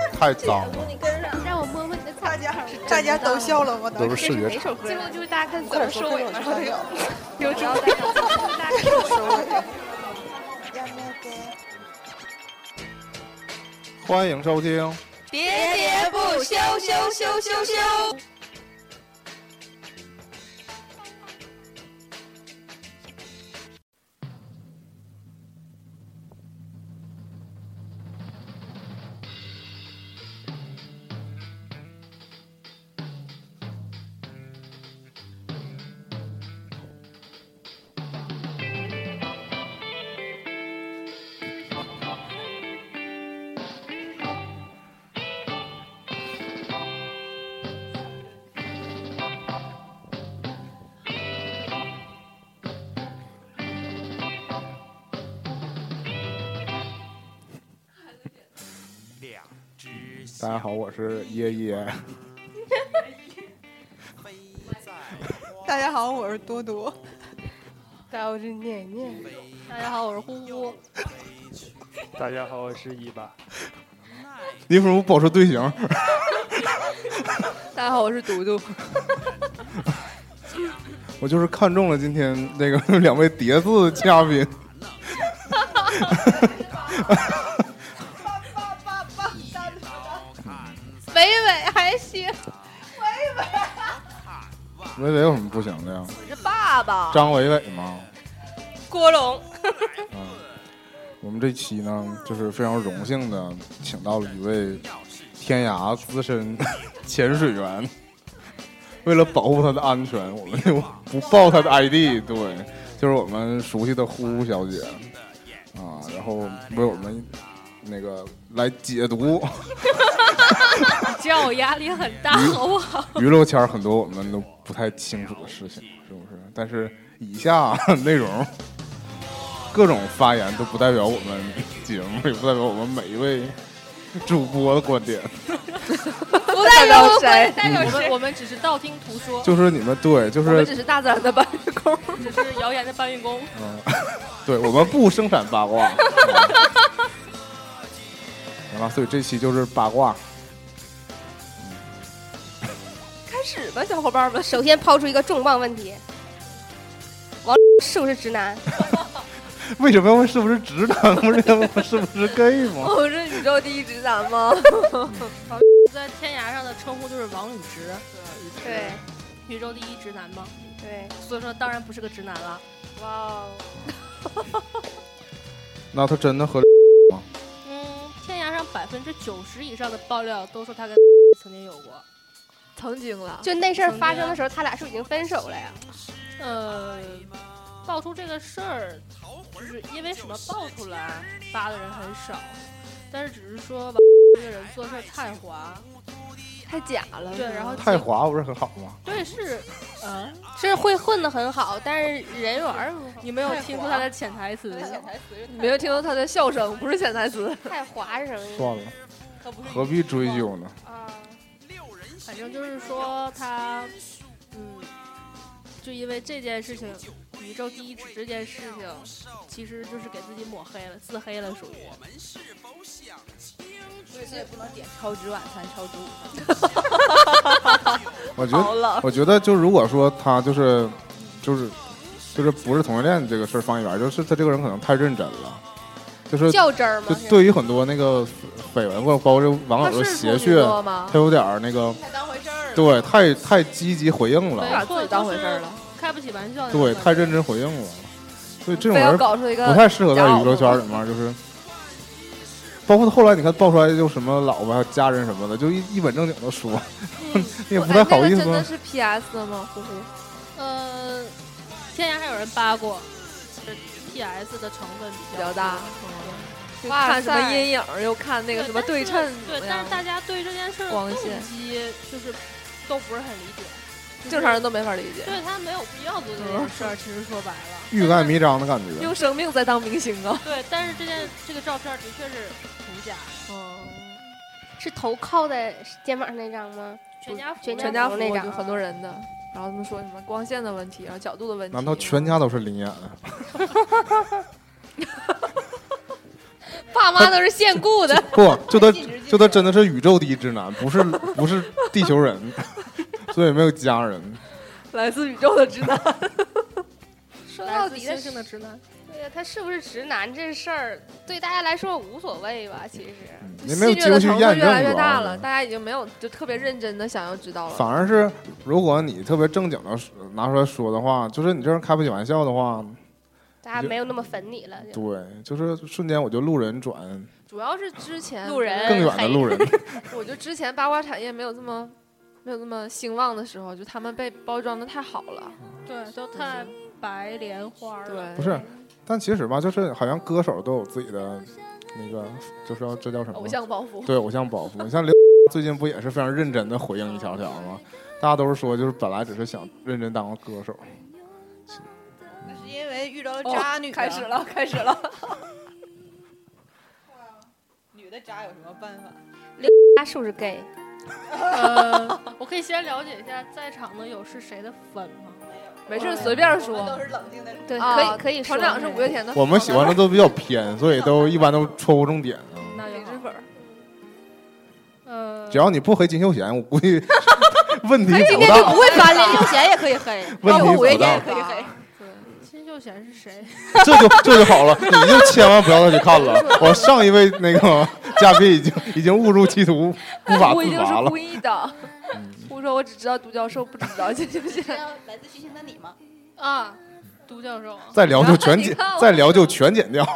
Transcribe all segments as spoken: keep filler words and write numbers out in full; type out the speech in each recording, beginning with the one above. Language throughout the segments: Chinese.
太脏了。 让我摸摸你的大家大家都笑了吗？ 都是视觉差。最后就是大家看怎么收尾嘛。有之后再看大家看怎么收尾。 欢迎收听喋喋不休，休休休休。 大家好，我是耶耶。 大家好，我是多多。 大家好，我是念念。大家好，我是呼呼。 大家好，我是一把。 你为什么不报出队形？ 大家好，我是嘟嘟。 我就是看中了今天那个两位叠字嘉宾。 伟伟还行， 伟伟， 伟伟有什么不行的呀？ 我是爸爸。 张伟伟吗？ 郭龙。 嗯，我们这期呢，就是非常荣幸的请到了一位天涯资深潜水员。为了保护他的安全，我们就不报他的 I D。对，就是我们熟悉的呼呼小姐啊，然后为我们那个来解读。 这样我压力很大，好不好？ 娱乐圈很多我们都不太清楚的事情，是不是？但是以下内容各种发言都不代表我们节目，也不代表我们每一位主播的观点。 不代表谁？代表谁？我们只是道听途说。 就是你们对，就是我们只是大自然的搬运工，只是谣言的搬运工。 嗯，对，我们不生产八卦。完了，所以这期就是八卦。 开始吧，小伙伴们。首先抛出一个重磅问题：王是不是直男？ 为什么要问是不是直男？不是要问是不是 gay 吗？ 我是宇宙第一直男吗？ 在天涯上的称呼就是王宇直， 对， 宇宙第一直男吗？ 对， 所以说当然不是个直男了。 哇哦！ 那他真的和吗？ 嗯，天涯上百分之九十以上的爆料都说他跟曾经有过， 曾经了。就那事儿发生的时候，他俩是已经分手了呀？ 呃，爆出这个事儿，就是因为什么爆出来，发的人很少，但是只是说这个人做事太滑。 太假了， 对，然后太滑不是很好吗？ 对，是， 呃，是会混得很好，但是人缘不好。 你没有听出他的潜台词？ 潜台词， 你没有听到他的笑声，不是潜台词。 太滑是什么意思？ 算了，何必追究呢？ 啊， 反正就是说他，嗯，就因为这件事情，宇宙第一指这件事情，其实就是给自己抹黑了，自黑了，属于。 所以这也不能点超值晚餐、超值午餐。 我觉得，我觉得就如果说他就是，就是，就是不是同性恋这个事儿放一边，就是他这个人可能太认真了，就是较真儿吗？ 就对于很多那个绯闻或者包括这网友的邪谑，他有点那个太当回事儿了， 对，太太积极回应了， 把自己当回事儿了，开不起玩笑， 对，太认真回应了，所以这种人不太适合在娱乐圈里面，就是。包括后来你看爆出来就什么老婆、家人什么的，就一一本正经的说，嗯、你也不太好意思。 真的是 P S 的吗？呼呼。 呃，天涯还有人扒过，是 P S 的成分比较大。 嗯， 看什么阴影，又看那个什么对称。 对，但是大家对这件事的动机就是都不是很理解。 正常人都没法理解， 对他没有必要做这件事儿。其实说白了， 欲盖弥彰的感觉， 用生命在当明星啊！ 对，但是这件这个照片的确是很假。 嗯，是头靠在肩膀上那张吗？ 全家福， 全家福那张， 就很多人的。然后他们说什么光线的问题，然后角度的问题。 难道全家都是灵眼？ 爸妈都是现雇的， 不就他就他真的是宇宙第一直男，不是不是地球人，所以没有家人。 来自宇宙的直男。 说到底， 星星的直男。 对呀，他是不是直男这事儿对大家来说无所谓吧？其实你没有机会去验证， 越来越大了，大家已经没有就特别认真的想要知道了。 反而是如果你特别正经的拿出来说的话，就是你这样开不起玩笑的话， 大家没有那么粉你了。 对，就是瞬间我就路人转。 主要是之前路人更远的路人， 我觉得之前八卦产业没有这么没有这么兴旺的时候，就他们被包装的太好了， 对，都太白莲花了。 对， 不是。但其实吧，就是好像歌手都有自己的那个，就是要这叫什么？ 偶像包袱。 对，偶像包袱。你像刘最近不也是非常认真的回应一条条吗？大家都是说，就是本来只是想认真当个歌手。 那是因为遇到了渣女、 哦。开始了，开始了。 女的渣有什么办法？ 刘渣是不是 gay？ 呃，我可以先了解一下在场的有是谁的粉吗？ 没事，随便说。 都是冷静的。 对，可以可以说。 团长是五月天的。 我们喜欢的都比较偏，所以都一般都戳不重点啊。 那有支粉。呃， 只要你不黑金秀贤，我估计问题不大。 今天就不会翻了，金秀贤也可以黑， 问题五月天也不大。 可以黑。 对，金秀贤是谁？ 这就这就好了，你就千万不要再去看了。我上一位那个嘉宾已经已经误入歧途，无法自拔了。 我一定是故意的。我说我只知道独教授，不知道金秀贤。 来自虚心的你吗？ 啊，独教授。 再聊就全剪，再聊就全剪掉。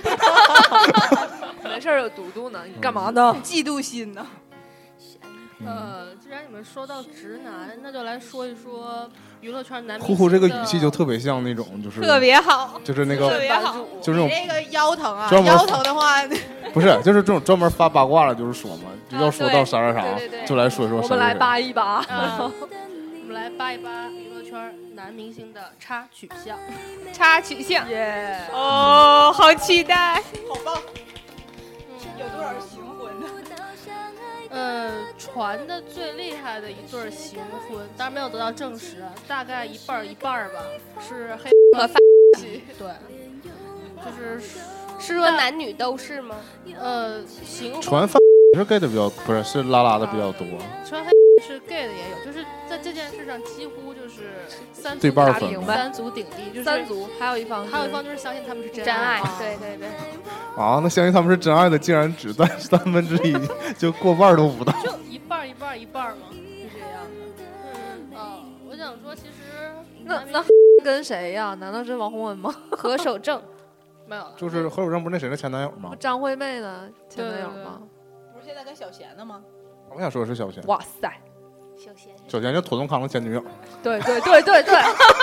没事有毒毒呢，你干嘛呢？ 嫉妒心呢？ 呃，既然你们说到直男，那就来说一说娱乐圈男明星。 呼呼这个语气就特别像那种，就是特别好， 就是那个特别好， 就是那种这个腰疼啊，腰疼的话， 不是，就是这种专门发八卦的，就是说嘛，就要说到啥啥啥，就来说说。 我们来扒一扒， 我们来扒一扒娱乐圈男明星的差取向， 差取向， 耶！ 哦，好期待， 好棒！有多少行婚的？ 呃，传的最厉害的一对行婚，当然没有得到证实，大概一半一半吧，是黑和发对，就是是说男女都是吗？ 呃，行婚传发是 gay 的比较，不是是拉拉的比较多， 传黑是 gay 的也有，就是在这件事上几乎就是三对半分， 三足鼎立，就是三足，还有一方还有一方就是相信他们是真真爱， 爱对对对。 啊，那相信他们是真爱的，竟然只占三分之一，就过半都不到。 就一半一半一半嘛，是这样的。嗯，哦，我想说，其实那那跟谁呀？难道是王洪文吗？ 何守正没有， 就是何守正不是那谁的前男友吗？ 张惠妹的前男友吗？ 不是现在跟小贤的吗？ 我想说的是小贤。 哇塞， 小贤， 小贤就妥宗康的前女友。 对对对对对。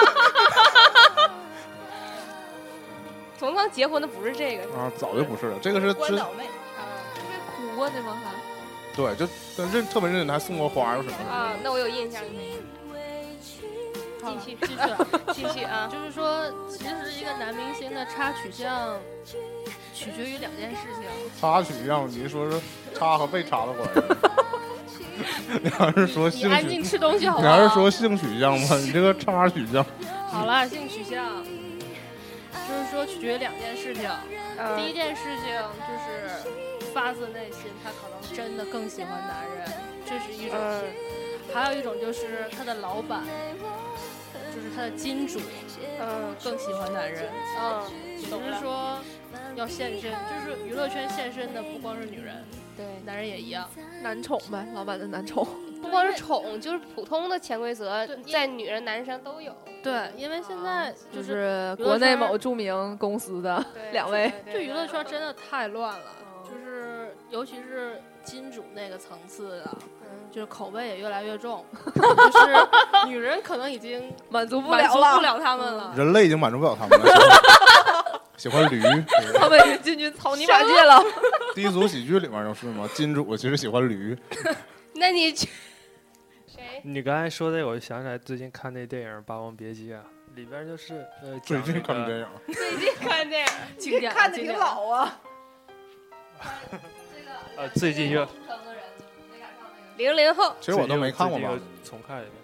妥宗康结婚的不是这个啊，早就不是了，这个是关岛妹啊，哭过的吗？还对，就认特别认真，还送过花又什么的啊。那我有印象。 继续继续了， 继续啊！ 就是说，其实一个男明星的差取向取决于两件事情。 差取向，你说是差和被插的关系？你还是说性取？ 你安静吃东西好吗？ 你还是说性取向吗？你这个差取向。 好了，性取向就是说取决于两件事情。嗯、第一件事情就是发自内心，他可能真的更喜欢男人，这是一种。嗯、还有一种就是他的老板。就是他的金主，嗯，更喜欢男人，嗯，只是说要现身，就是娱乐圈现身的不光是女人， 对， 男人也一样， 男宠呗，老板的男宠， 不光是宠，就是普通的潜规则，在女人、男生都有。 对，因为现在就是国内某著名公司的两位， 就娱乐圈真的太乱了，就是尤其是金主那个层次的。就是口味也越来越重，就是女人可能已经满足不了了满足不了他们了， 人类已经满足不了他们了。喜欢驴， 他们已经进军草泥马界了。 低俗喜剧里面就是嘛，金主其实喜欢驴。 那你谁？ 你刚才说的，我就想起来最近看那电影《霸王别姬》啊，里边就是呃， 最近看电影， 最近看电影， 经典， 看的挺老啊。 呃，最近又。 零零后， 其实我都没看过吧， 重看一遍。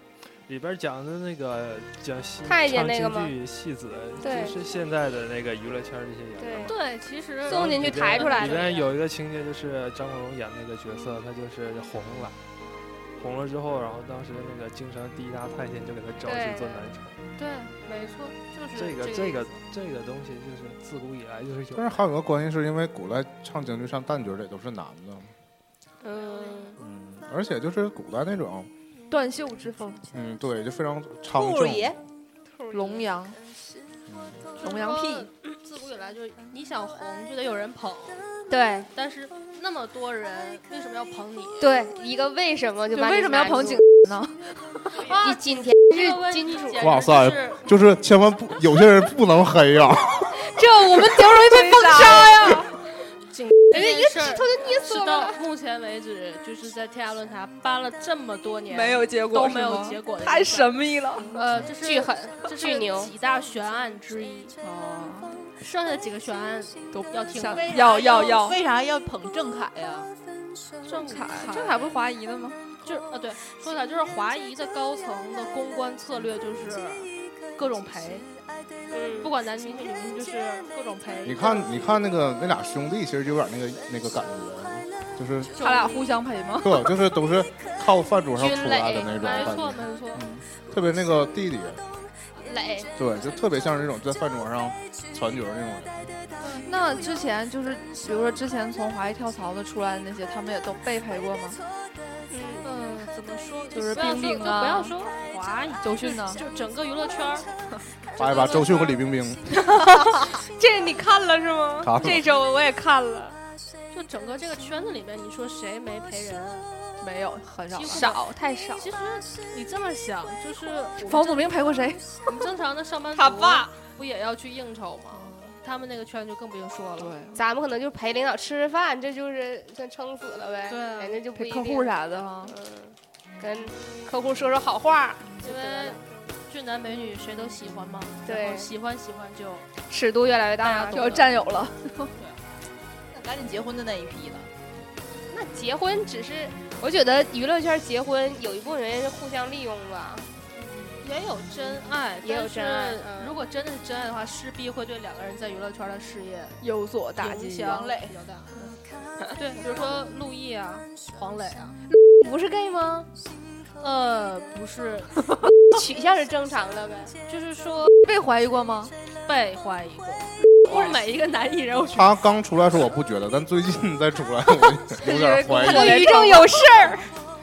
里边讲的那个讲戏太监那个吗？ 唱京剧戏子， 对， 就是现在的那个娱乐圈这些演员。 对，其实送进去抬出来的。 里边有一个情节，就是张国荣演那个角色，他就是红了，红了之后，然后当时那个京城第一大太监就给他找去做南城。 对，没错，就是这个这个这个东西，就是自古以来就是有。 但是还有个关系，是因为古代唱京剧上旦角的都是男的。 嗯嗯，而且就是古代那种断袖之风， 嗯，对，就非常昌盛。 龙阳，龙阳屁。 自古以来就是你想红就得有人捧， 对。 但是那么多人为什么要捧你？ 对，一个为什么就把为什么要捧景呢？ 你今天是金主， 哇塞，就是千万不，有些人不能黑呀、啊。 这我们多容易被封杀呀！ 人家一个指头就捏死我了。到目前为止，就是在天涯论坛搬了这么多年， 没有结果， 都没有结果， 太神秘了。 呃，这是巨狠， 这是巨牛， 几大悬案之一。哦，剩下的几个悬案都要听。 要要要， 为啥要捧郑恺呀？ 郑恺， 郑恺不是华谊的吗？ 就是啊，对，说起来就是华谊的高层的公关策略就是各种赔。嗯，不管男明星女明星，就是各种赔。 你看，你看那个那俩兄弟，其实就有点那个那个感觉，就是他俩互相赔吗？ 对，就是都是靠饭桌上出来的那种感觉。没错，没错。 嗯，特别那个弟弟， 磊， 对，就特别像是那种在饭桌上传角那种人。 那之前就是，比如说之前从华谊跳槽的出来的那些，他们也都被赔过吗？ 嗯，怎么说？ 就是冰冰啊， 不要说华谊， 周迅呢， 就整个娱乐圈。 华谊把周迅和李冰冰， 这你看了是吗？ 看了这周我也看了。 就整个这个圈子里面，你说谁没赔人？ 没有，很少， 少太少。 其实你这么想，就是房祖名赔过谁？ 我们正常的上班族， 他爸不也要去应酬吗？他们那个圈就更不用说了。 对， 咱们可能就陪领导吃饭，这就是算撑死了呗。 对， 人家就不陪客户啥的哈。 嗯，跟客户说说好话， 因为俊男美女谁都喜欢嘛。 对， 喜欢喜欢就尺度越来越大， 就要占有了。 那赶紧结婚的那一批了。 那结婚只是，我觉得娱乐圈结婚有一部分原因是互相利用吧。 也有真爱， 也有真爱。 嗯、如果真的是真爱的话，势必会对两个人在娱乐圈的事业有所打击。 王磊比较大，嗯、对，比如说陆毅啊、黄磊啊， 不是 gay 吗？ 呃，不是， 取向是正常的呗。 就是说被怀疑过吗？ 被怀疑过。不是每一个男艺人， 他刚出来时候我不觉得，但最近再出来我有点怀疑。 我宇宙有事儿。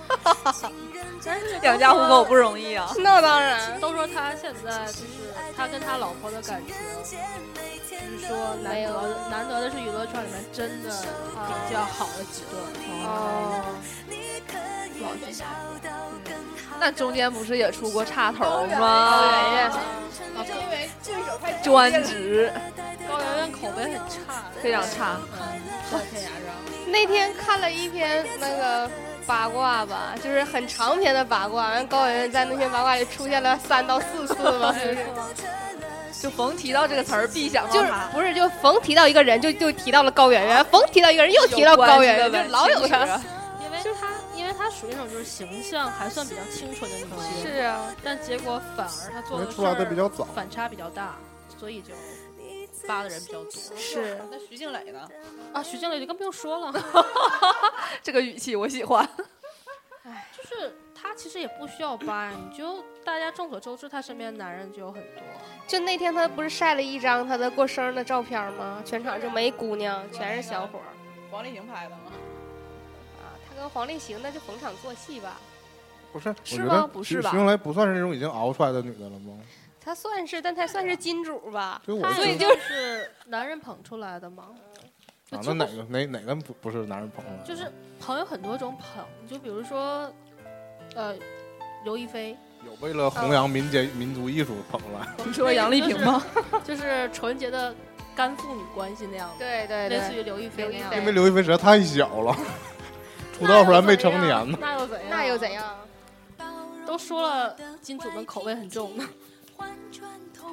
养家糊口不容易啊！ 那当然， 都说他现在就是他跟他老婆的感情，就是说难得难得的是娱乐圈里面真的比较好的几对哦。 老几那中间不是也出过岔头吗？ 对呀， 是因为这首太专职， 高圆圆口碑很差， 非常差。 在天涯上那天看了一篇那个。八卦吧，就是很长篇的八卦，然后高圆圆在那篇八卦里出现了三到四次吧，就是就逢提到这个词儿必想到就是不是就逢提到一个人就就提到了高圆圆，逢提到一个人又提到高圆圆，就老有他， 因为他因为他属于那种就是形象还算比较清纯的女性， 是啊， 但结果反而他做的出来的比较早， 反差比较大，所以就扒的人比较多。 是， 那徐静蕾呢？ 啊，徐静蕾就更不用说了， 这个语气我喜欢。 哎，就是他其实也不需要扒，你就大家众所周知，他身边的男人就有很多。 就那天他不是晒了一张他的过生日的照片吗？全场就没姑娘，全是小伙。 黄立行拍的吗？ 啊，他跟黄立行那就逢场作戏吧。 不是， 是吗？不是吧？ 徐静蕾不算是那种已经熬出来的女的了吗？ 他算是，但他算是金主吧？ 所以就是男人捧出来的嘛。 啊，那哪个哪哪个不不是男人捧的？ 就是捧有很多种捧，就比如说，呃，刘亦菲有为了弘扬民间、哦、民族艺术捧来。 你说杨丽萍吗？ 就是纯洁的干父女关系那样， 对对对， 类似于刘亦菲那样。 因为刘亦菲实在太小了，出道时候还没成年呢。 那又怎样？ 那又怎样？ 都说了，金主们口味很重呢。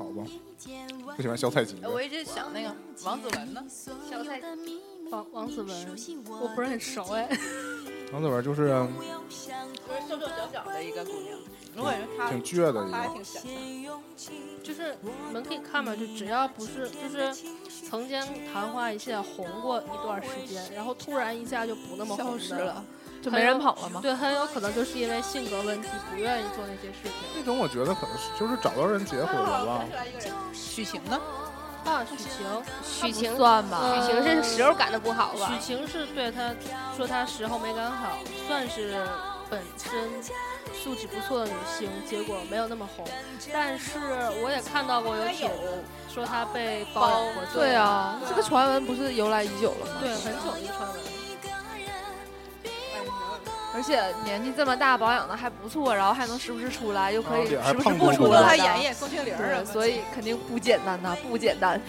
好吧，不喜欢小采集。 我一直想那个王子文呢， 小菜王王子文，我不是很熟哎。 王子文就是就是瘦瘦小小的一个姑娘，我感觉她挺倔的一她还个。 挺闪的。 就是你们可以看嘛，就只要不是就是曾经昙花一现红过一段时间，然后突然一下就不那么红消失了，就很有没人捧了吗？ 对，很有可能就是因为性格问题，不愿意做那些事情。 那种我觉得可能是就是找到人结婚了吧。 许晴呢？ 啊，许晴， 许晴算吧， 许晴是时候赶的不好吧？ 许晴是对他说他时候没赶好，算是本身素质不错的女星，结果没有那么红。但是我也看到过有帖子说她被包养过。 对啊，这个传闻不是由来已久了吗？ 对，很久的传闻。 而且年纪这么大，保养的还不错，然后还能时不时出来，又可以啊还时不时胖嘟嘟的不出来她演绎宋庆龄对， 啊， 所以肯定不简单呐，不简单。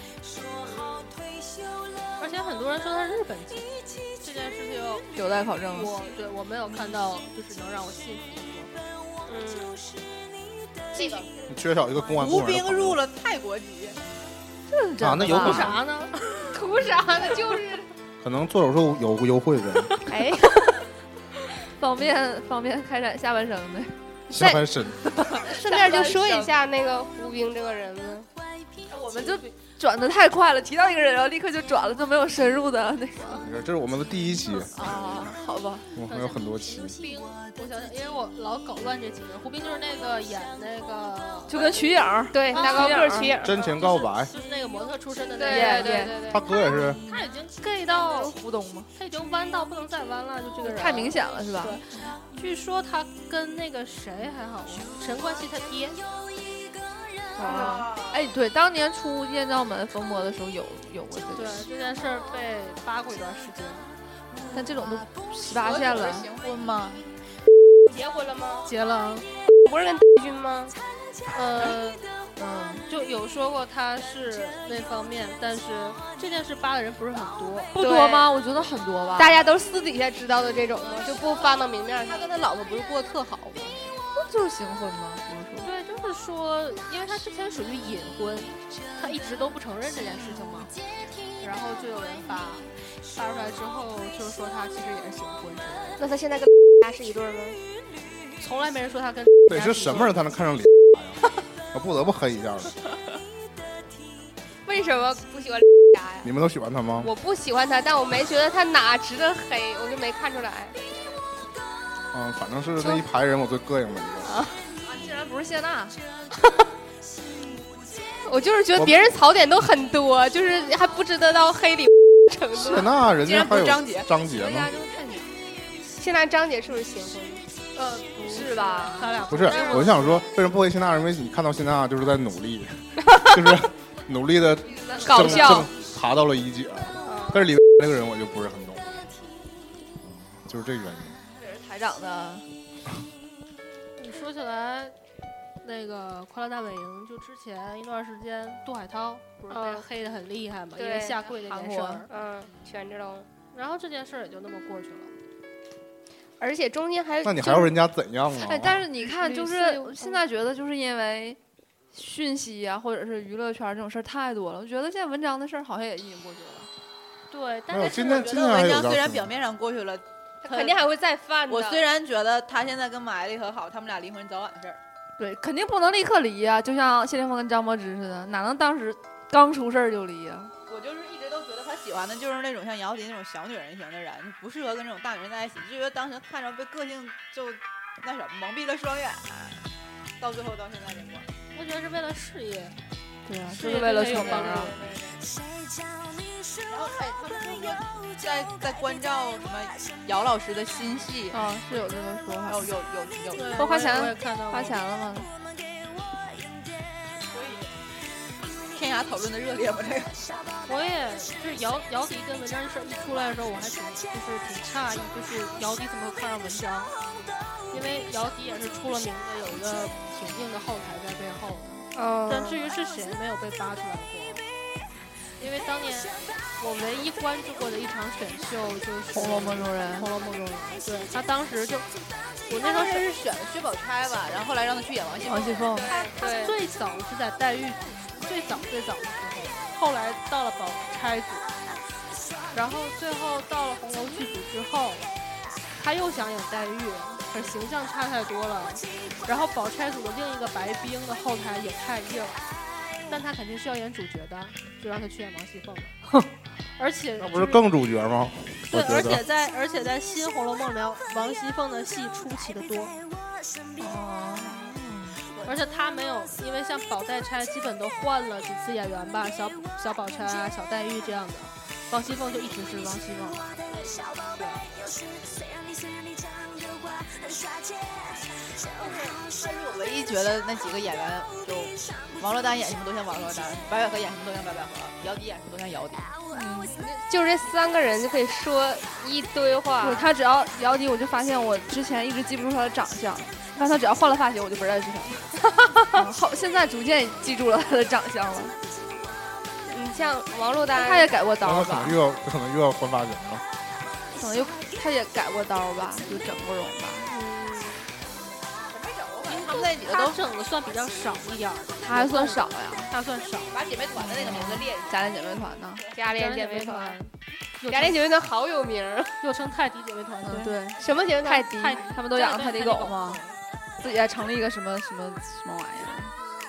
而且很多人说她是日本籍，这件事情有待考证。 我对我没有看到就是能让我信服的说。 嗯，这个你缺少一个公安部吴门的朋友冰入了泰国籍， 啊，那有可图能， 啥呢？ 图啥呢？就是可能做手术有优惠呗。 哎， 方便方便开展下半生的。 下半身， 顺便就说一下那个胡兵这个人呢。 我们就转的太快了，提到一个人，然后立刻就转了，就没有深入的那个没事，这是我们的第一期， 啊。好吧， 我们还有很多期。 胡兵，我想想，因为我老搞乱这几个人。胡兵就是那个演那个， 就跟瞿颖儿对，大高个儿瞿颖， 真情告白， 就是那个模特出身的那对个， 对对对他对， 哥也是， 他已经 gay 到， 胡东吗？ 他已经弯到不能再弯了，就这个人太明显了，是吧？ 对，据说他跟那个谁还好，陈冠希他爹。 啊，哎，对，当年出艳照门风波的时候有有过这对个， 这件事儿被扒过一段时间。 但这种都十八线了， 行婚吗？ 结婚了吗？ 结了， 不是跟军吗？ 呃，嗯，就有说过他是那方面，但是这件事扒的人不是很多。 不多吗？我觉得很多吧。 大家都私底下知道的这种吗？就不放到明面上。 他跟他老婆不是过得特好吗？ 不就是行婚吗？比如说， 对，就是说，因为他之前属于隐婚，他一直都不承认这件事情嘛。然后就有人把扒出来之后，就说他其实也是行婚之类的。 那他现在跟家是一对吗？ 从来没人说他跟得是什么人才能看上脸呀？我不得不黑一下了。 为什么不喜欢家呀？ 你们都喜欢他吗？ 我不喜欢他，但我没觉得他哪值得黑，我就没看出来。 嗯，反正是那一排人我最膈应的一个。 啊，竟然不是谢娜， 我就是觉得别人槽点都很多，就是还不知得到黑里程度。 谢娜人竟然不家还有是张杰， 张杰呢人家，就是太女。 现在张杰是不是行婚？ 嗯，是吧？ 他俩不是，我就想说，为什么不黑谢娜？因为你看到谢娜就是在努力，就是努力的搞笑， 爬到了一姐。但是李那个人我就不是很懂，就是这个原因。 这是台长的， 你说起来，那个《快乐大本营》就之前一段时间，杜海涛不是被嗯黑的很厉害嘛，因对为下跪那件事韩儿。 嗯，权志龙。 然后这件事儿也就那么过去了。 而且中间还那你还要人家怎样啊？ 哎，但是你看，就屡是次现在觉得，就是因为讯息啊，或者是娱乐圈这种事儿太多了，我觉得现在文章的事儿好像也已经过去了。 对，但没有， 是今天我觉得今天还有文章虽然张表面上过去了， 他肯定还会再犯的。 我虽然觉得他现在跟马伊琍和好，他们俩离婚早晚的事儿。 对，肯定不能立刻离啊，就像谢霆锋跟张柏芝似的，哪能当时刚出事儿就离啊？ 我就是一直都觉得他喜欢的就是那种像姚笛那种小女人型的人，不适合跟这种大女人在一起。就觉得当时看着被个性就那什么蒙蔽了双眼，到最后到现在这个。 我觉得是为了事业， 对啊， 事业就是为了对他有帮成名啊。 助。 然后他他们说说在在关照什么姚老师的新戏， 啊，是有这个说法。 有有有有， 对会花钱我也我也看到过花钱了吗？ 所以天涯讨论的热烈吗？这个我也就是姚姚笛跟文章这事儿一出来的时候，我还挺就是挺诧异，就是姚笛怎么会看上文章？因为姚笛也是出了名的有一个挺硬的后台在背后的， 嗯， 但至于是谁没有被扒出来过。因为当年我唯一关注过的一场选秀就是 《红楼梦》中人 《红楼梦》中人，对他当时就我那时候是那时候是选了薛宝钗吧，然后后来让他去演王熙凤。 王熙凤， 他对最早是在黛玉最早最早的时候，后来到了宝钗组，然后最后到了红楼剧组之后，他又想演黛玉，可是形象差太多了。然后宝钗组的另一个白冰的后台也太硬，但他肯定是要演主角的，就让他去演王熙凤了。哼，而且、就是、 那不是更主角吗？ 对，而且在而且在新《红楼梦》里面，王熙凤的戏出奇的多。哦。而且他没有，因为像宝黛钗基本都换了几次演员吧，小小宝钗啊、小黛玉这样的，王熙凤就一直是王熙凤。对。 但是我唯一觉得那几个演员，就王珞丹演什么都像王珞丹，白百合演什么都像白百合，姚笛演什么都像姚笛。 嗯，就这三个人就可以说一堆话。 对，他只要姚笛，我就发现我之前一直记不住他的长相，但他只要换了发型，我就不认识他了。嗯、好，现在逐渐记住了他的长相了。 你像王珞丹， 他也改过刀吧？ 可能又要可能又要换发型了。 可能又他也改过刀吧，就整过容吧。 他们那几个都整的算比较少一点， 他还算少呀， 他算少。 把姐妹团的那个名字列一下。 家恋姐妹团呢？ 家恋姐妹团，家恋姐妹团好有名， 又称泰迪姐妹团。 嗯，对， 什么姐妹团？ 泰迪，他们都养泰迪狗吗？自己还成立一个什么什么什么玩意儿？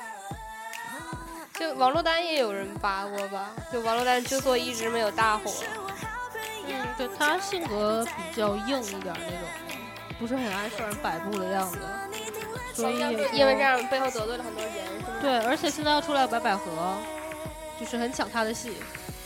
就王珞丹也有人扒过吧？就王珞丹之所以一直没有大火， 嗯，对，她性格比较硬一点那种，不是很爱受人摆布的样子。所以因为这样背后得罪了很多人，是吗？ 对，而且现在要出来白百合，就是很抢她的戏。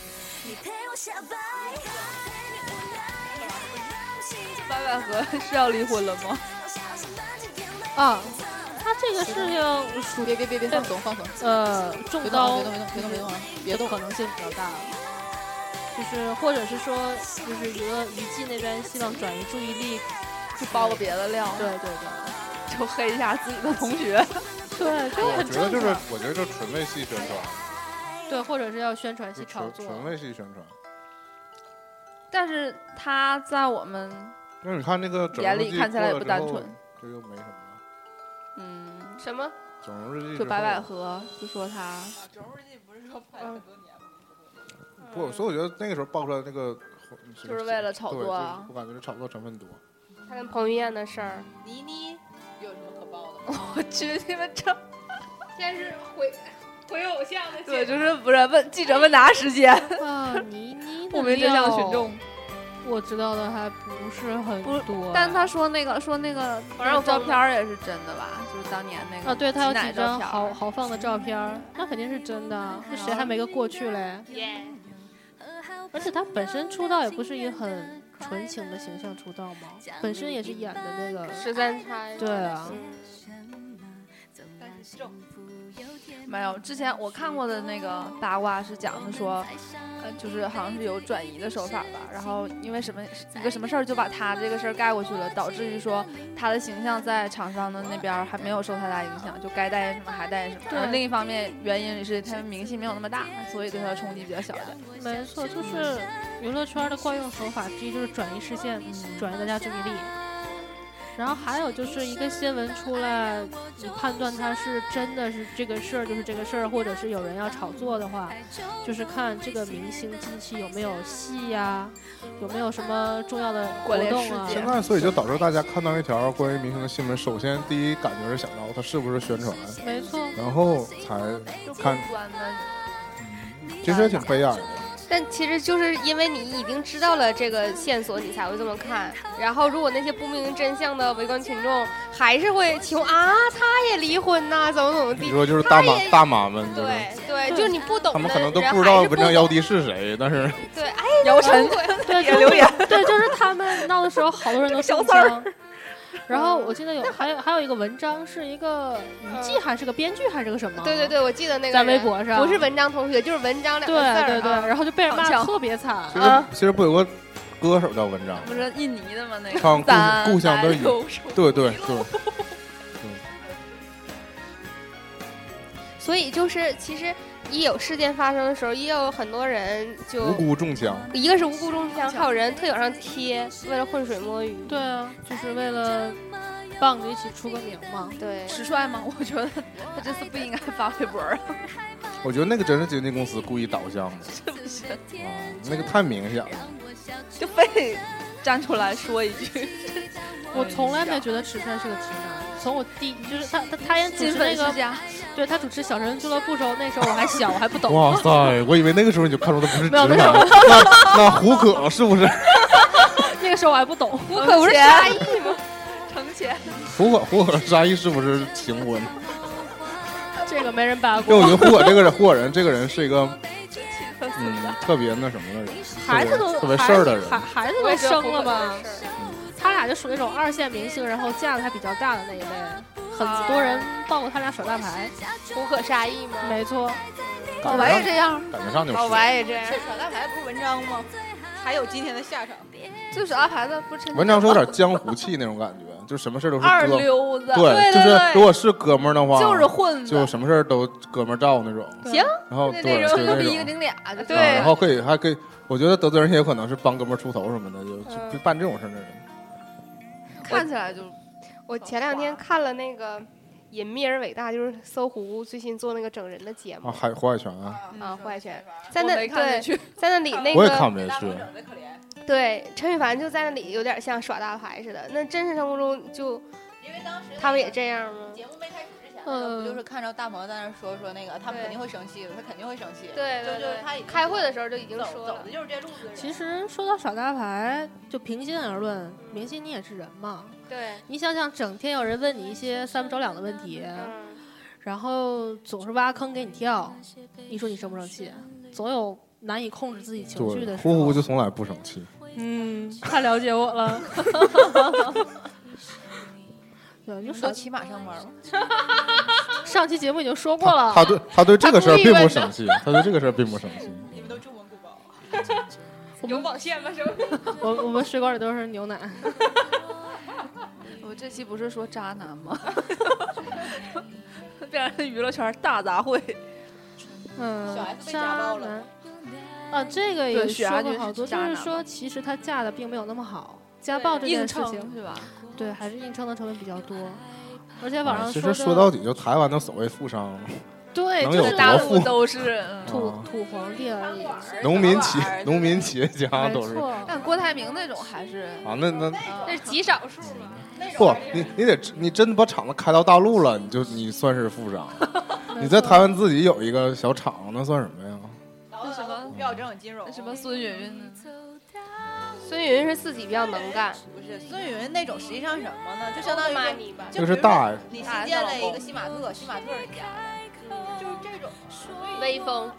白百合是要离婚了吗？ 啊，她这个事情属别别别别放松放松， 呃，中刀， 别动别动别动别动别动， 可能性比较大。就是或者是说，就是娱乐娱记那边希望转移注意力， 去爆个别的料。 对对对。 就黑一下自己的同学， 对，就很正常。 我觉得就是，我觉得就纯为戏宣传。 对，或者是要宣传戏炒作。 纯为戏宣传。 但是他在我们那你看那个眼里看起来也不单纯， 这就没什么了。 嗯，什么？ 整容日记就白百合就说他。 啊，整容日记不是说拍了很多年吗？ 不，所以我觉得那个时候爆出来那个， 就是为了炒作啊。 我感觉这炒作成分多。 他跟彭于晏的事儿， 倪妮。有什么可爆的吗？ 我去，你们这先是回回偶像的， 对，就是不是问记者问答时间啊？倪妮不明真相的群众， 我知道的还不是很多。 但他说那个说那个反正照片也是真的吧？就是当年那个啊，对他有几张豪豪放的照片，那肯定是真的。那谁还没个过去嘞？ 耶！ 而且他本身出道也不是一个很纯情的形象出道嘛，本身也是演的那个十三钗。 对啊。 没有，之前我看过的那个八卦是讲的说，呃，就是好像是有转移的手法吧，然后因为什么一个什么事儿就把他这个事儿盖过去了，导致于说他的形象在厂商的那边还没有受太大影响，就该代言什么还代言什么。然后另一方面原因是他名气没有那么大，所以对他的冲击比较小一点。 没错，就是娱乐圈的惯用手法之一就是转移视线，嗯、转移大家注意力。然后还有就是一个新闻出来，你判断它是真的是这个事儿就是这个事儿，或者是有人要炒作的话，就是看这个明星近期有没有戏呀、啊，有没有什么重要的活动啊。 现在所以就导致大家看到一条关于明星的新闻，首先第一感觉是想到它是不是宣传， 没错， 然后才看。嗯，其实也挺悲哀的。 但其实就是因为你已经知道了这个线索，你才会这么看。然后，如果那些不明真相的围观群众还是会起哄啊，他也离婚呐、啊，怎么怎么地？ 你说就是大妈大妈们，就是、 对对，就是你不懂的， 他们可能都不知道文章妖笛是谁，但是对，哎， 姚晨对也留言， 对，就是他们闹的时候，好多人都小枪。然后我记得有还有还有一个文章，是一个娱记还是个编剧还是个什么？ 对对对，我记得那个在微博上， 不是文章同学，就是文章两个字儿。 对对对，然后就被人骂特别惨。 其实其实不有个歌手叫文章， 不是印尼的吗？那个唱故故乡的雨，对对对。 所以就是其实。一有事件发生的时候，也有很多人就无辜中枪。 一个是无辜中枪，还有人特意往上贴，为了浑水摸鱼。 对啊，就是为了帮着一起出个名嘛。 对， 迟帅吗？我觉得他这次不应该发微博啊。 我觉得那个真是经纪公司故意导向的， 是不是？ 啊，那个太明显了， 就非站出来说一句。 我从来没觉得迟帅是个直男，从我第就是他他他演主金持那个， 粉世家， 对他主持小神俱乐部时候，那时候我还小，我还不懂。 哇塞，我以为那个时候你就看出他不是直男， 没有没有那那胡可是不是？ 那个时候我还不懂， 胡可不是沙溢吗？ 成钱。 胡可胡可沙溢是不是情婚？ 这个没人八因为我卦。 觉得胡可这个人，胡可人这个人是一个嗯特别那什么的人， 孩子都特别事儿的人， 孩孩子都生了吧？他俩就属于那种二线明星，然后架子还比较大的那一类，很多人报过他俩耍大牌。 胡可沙溢吗？ 没错， 老白也这样， 感觉上就是老白也这样。 这耍大牌不是文章吗？才有今天的下场。 就耍大牌的不是文章说有点江湖气那种感觉，就什么事都是二哥， 流子， 对，就是如果是哥们儿的话， 就是混子， 就什么事都哥们儿照那种。 行， 然后那对， 那种就那种一个比一个顶俩的， 对啊然后可以还可以，我觉得得罪人也有可能是帮哥们儿出头什么的，就就就办这种事儿的人。 看起来就。 我前两天看了那个《隐秘而伟大》，就是搜狐最新做那个整人的节目啊，海胡海泉啊， 啊，胡海泉在那我没看进对， 去在那里那我也看个不下去。 对陈羽凡就在那里有点像耍大牌似的。那真实生活中就因为当时他们也这样吗？ 节目没开始之前， 嗯不就是看着大鹏在那说说那个，他们肯定会生气的，他肯定会生气。 对对就就是对他已经开会的时候就已经走说了走的。就是这路子。 其实说到耍大牌，就平心而论，明星你也是人嘛。 对， 你想想，整天有人问你一些三不着两的问题， 嗯， 然后总是挖坑给你跳，你说你生不生气？总有难以控制自己情绪对， 的时候。 呼呼就从来不生气。 嗯，太了解我了。对，就耍都骑马上班吗？ 上期节目已经说过了。 他对他对这个事儿并不他故意问的生气，他对这个事儿并不生气。 你们都住蒙古包？ 有网线吗？是不是？ 我我们水管里都是牛奶。 我这期不是说渣男吗？变成娱乐圈大杂烩。 嗯小 S，被渣家暴了男。啊，这个也对许说亚军是过好多， 渣男嘛就是说其实他嫁的并没有那么好，家暴这件硬事情， 撑是吧？ 对，还是硬撑的成分比较多。而且网啊其上说的， 实说到底，就台湾的所谓富商， 对， 能有就是大多富陆都是。嗯土啊土皇帝而已。 农民企农民企业家没都是错， 但郭台铭那种还是啊，那那那是极少数嘛。 不，你你得你真的把厂子开到大陆了，你就你算是富商。你在台湾自己有一个小厂，那算什么呀？ 那什么要有这种金融？ 什么孙云云呢？ 孙云是自己比较能干， 不是孙云那种，实际上是什么呢？就相当于说 money 吧。 这个是大你新建了一个西马特，西马特人家的，就是这种威风，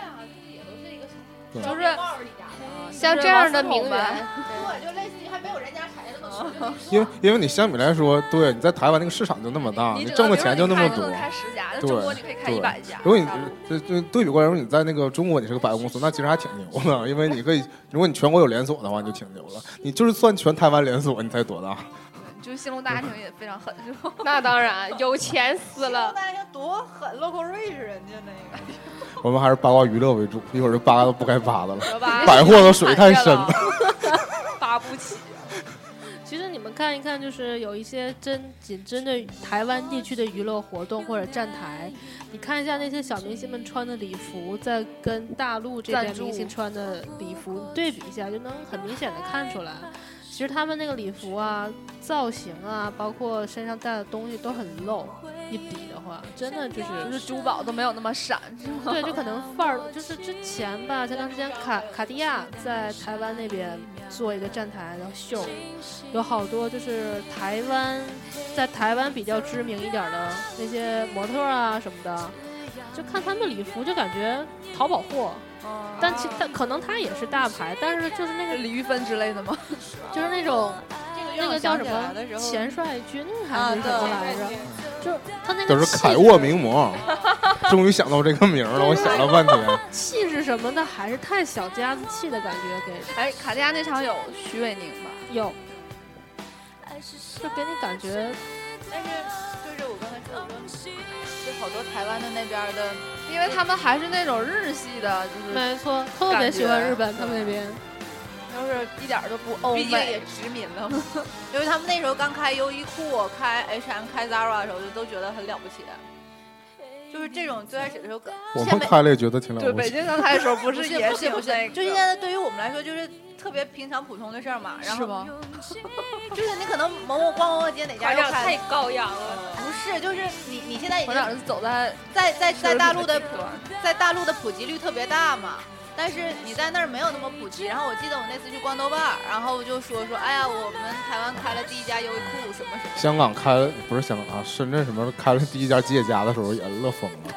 对就是像这样的名就是媛， 对，就类似于还没有人家财那么穷。 因为因为你相比来说，对，你在台湾那个市场就那么大， 你只能挣的钱就那么多比如说你开。十家，那对中国你可以开对一百家。 如果你大陆这这对比过来，如果你在那个中国你是个百货公司，那其实还挺牛的，因为你可以，如果你全国有连锁的话，你就挺牛了。你就是算全台湾连锁，你才多大？ 就是兴隆大厅也非常狠，是吧？ 那当然有钱死了。 大家多狠 ，local rich 人家那个。 我们还是八卦娱乐为主，一会儿就八卦都不该扒的了。 吧百货的水太深了， 扒不起。 其实你们看一看，就是有一些针仅针对台湾地区的娱乐活动或者站台，你看一下那些小明星们穿的礼服，再跟大陆这边赞助明星穿的礼服对比一下，就能很明显的看出来。其实他们那个礼服啊、造型啊，包括身上带的东西都很露，一比的话，真的就是就是珠宝都没有那么闪，是吗？ 对，就可能范儿，就是之前吧，前段时间卡卡地亚在台湾那边做一个站台的秀，有好多就是台湾在台湾比较知名一点的那些模特啊什么的，就看他们礼服就感觉淘宝货。但其但可能他也是大牌，但是就是那个李玉芬之类的吗？ 就是那种那个叫什么钱钱帅军还是什么来着？就他那个都是凯沃名模，终于想到这个名了，我想了半天。 气势什么的还是太小家子气的感觉给。 哎，卡地亚那场有徐伟宁吧？ 有，就给你感觉。 但是就是我刚才说，我说就好多台湾的那边的， 因为他们还是那种日系的，就是没错，特别喜欢日本他们那边。 就是一点都不欧毕竟也美。 殖民了嘛。因为他们那时候刚开优衣库、开 H and M、开 Zara 的时候，就都觉得很了不起。就是这种最开始的时候， 我们开了也觉得挺了对， 不起。 北京刚开的时候不不是也不是不是， 挺那个， 就现在对于我们来说就是特别平常普通的事儿嘛。然后是吗？ 就是你可能某某逛逛街哪家又开太高雅了。 不是，就是你你现在已经团长是走在在在在大陆的奢侈品在大陆的普及率特别大嘛。但是你在那儿没有那么普及。然后我记得我那次去光豆瓣，然后就说说，哎呀，我们台湾开了第一家优衣库什么什么。 香港开了不是香港啊，深圳什么开了第一家吉野家的时候也乐疯了。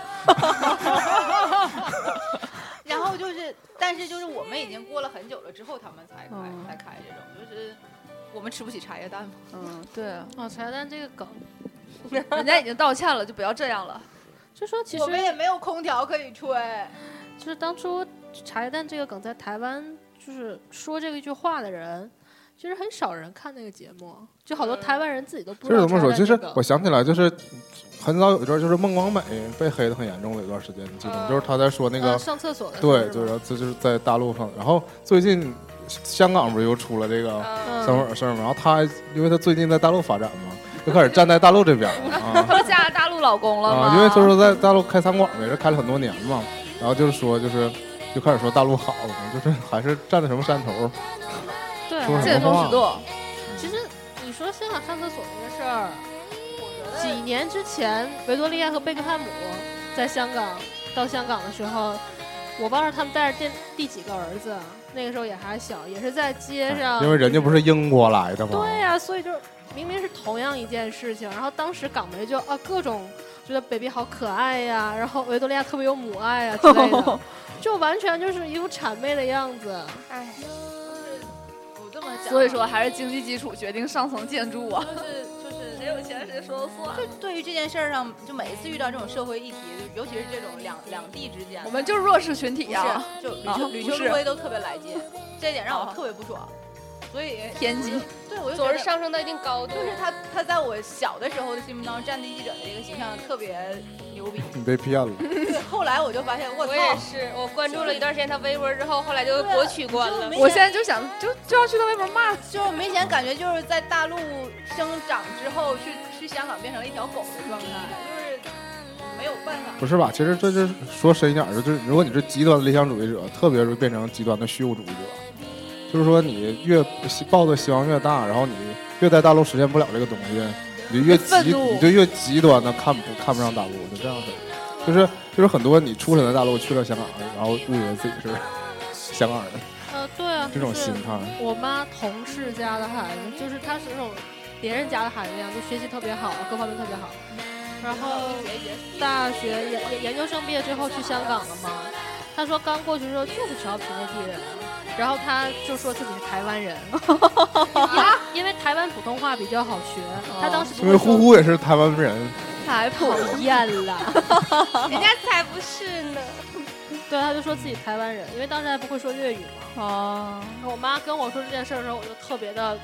然后就是，但是就是我们已经过了很久了之后，他们才开、 嗯、 才开这种，就是我们吃不起茶叶蛋嘛。 嗯，对啊。 哦，茶叶蛋这个梗， 人家已经道歉了，就不要这样了。 就说其实我们也没有空调可以吹。 就是当初茶叶蛋这个梗在台湾，就是说这个一句话的人，其实很少人看那个节目，就好多台湾人自己都不知道。 就是怎么说？其实我想起来，就是很早有一段，就是孟广美被黑的很严重的一段时间，你记得吗？就是他在说那个、 呃、上厕所的， 对，就是这就是在大陆上，然后最近香港不是又出了这个三会儿事儿吗？然后他因为他最近在大陆发展嘛，就开始站在大陆这边了啊， 他嫁大陆老公了吗？ 啊，因为他说在大陆开餐馆也是开了很多年嘛。然后就是说，就是就开始说大陆好了嘛，就是还是站在什么山头， 对， 说见风使舵。 其实你说香港上厕所这个事儿，几年之前维多利亚和贝克汉姆在香港到香港的时候，我忘了他们带着第第几个儿子，那个时候也还小，也是在街上， 因为人家不是英国来的吗？ 对呀、啊，所以就明明是同样一件事情，然后当时港媒就啊各种。觉得 baby 好可爱呀，然后维多利亚特别有母爱啊之类的，就完全就是一副谄媚的样子。 哎，我这么讲， 所以说还是经济基础决定上层建筑啊。 就是就是谁有钱谁说了算。 就对于这件事儿上，就每一次遇到这种社会议题，尤其是这种两两地之间， 我们就是弱势群体呀、 啊，就吕秋吕秋辉都特别来劲，这点让我特别不爽。所以偏激， 对我就总是上升到一定高度。 就是他，他在我小的时候的心目当中，战地记者的这个形象特别牛逼。 你被骗了。 对，后来我就发现，我我也是，我关注了一段时间他微博之后，后来就博取关了。 我现在就想，就就要去他微博骂， 就明显感觉就是在大陆生长之后，去去香港变成了一条狗的状态，就是没有办法。 不是吧？其实这就是说深一点，就是如果你是极端的理想主义者，特别是变成极端的虚无主义者。就是说，你越抱的希望越大，然后你越在大陆实现不了这个东西，你就越极，你就越极端的看不看不上大陆，就这样式。就是就是很多你出生在大陆去了香港，然后误以为自己是香港人。 呃，对啊， 这种心态。 我妈同事家的孩子，就是他是那种别人家的孩子一样，就学习特别好，各方面特别好。然后大学研研究生毕业之后去香港了嘛，他说刚过去的时候就是调皮内地人。然后他就说自己是台湾人，因, 因为台湾普通话比较好学。哦、他当时因为呼呼也是台湾人， 太讨厌了， 人家才不是呢。 对，他就说自己台湾人，因为当时还不会说粤语嘛。 哦， 我妈跟我说这件事的时候，我就特别的，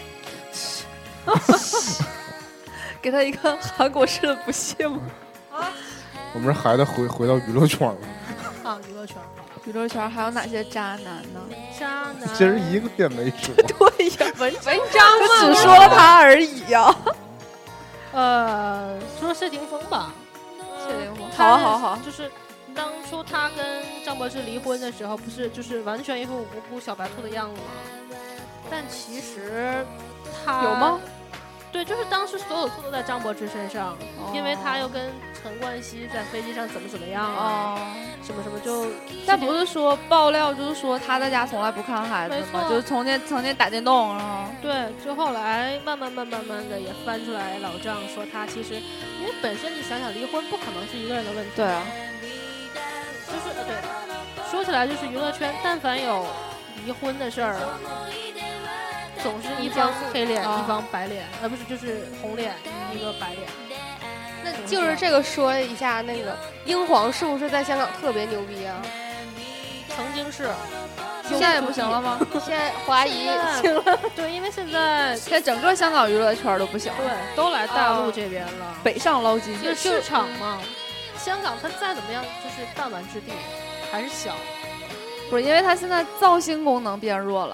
给他一个韩国式的不屑吗？ 啊， 我们这孩子回回到娱乐圈了。 啊，娱乐圈。 娱乐圈还有哪些渣男呢？ 渣男， 其实一个也没说。 对呀，文文章嘛，只说了他而已呀、啊。 呃，说谢霆锋吧， 谢霆锋，好好好， 就是当初他跟张柏芝离婚的时候，不是就是完全一副无辜小白兔的样子吗？但其实他有吗？ 对，就是当时所有错都在张柏芝身上，哦、因为他又跟陈冠希在飞机上怎么怎么样啊，哦、什么什么就。 但不是说爆料，就是说他在家从来不看孩子嘛，就是从前曾经打电动啊。 对，就后来慢慢慢慢慢的也翻出来老账，说他其实，因为本身你想想离婚不可能是一个人的问题。 对啊。 就是对，说起来就是娱乐圈，但凡有离婚的事儿。总是一方黑脸，一方白脸，呃，不是，就是红脸，一个白脸。 那就是这个说一下，那个英皇是不是在香港特别牛逼啊？ 曾经是， 现在也不行了吗？ 现在华谊行了，对，因为现在现在整个香港娱乐圈都不行， 对，都来大陆这边了， 北上捞金， 就是市场嘛。香港它再怎么样，就是弹丸之地，还是小。 不是，因为它现在造星功能变弱了。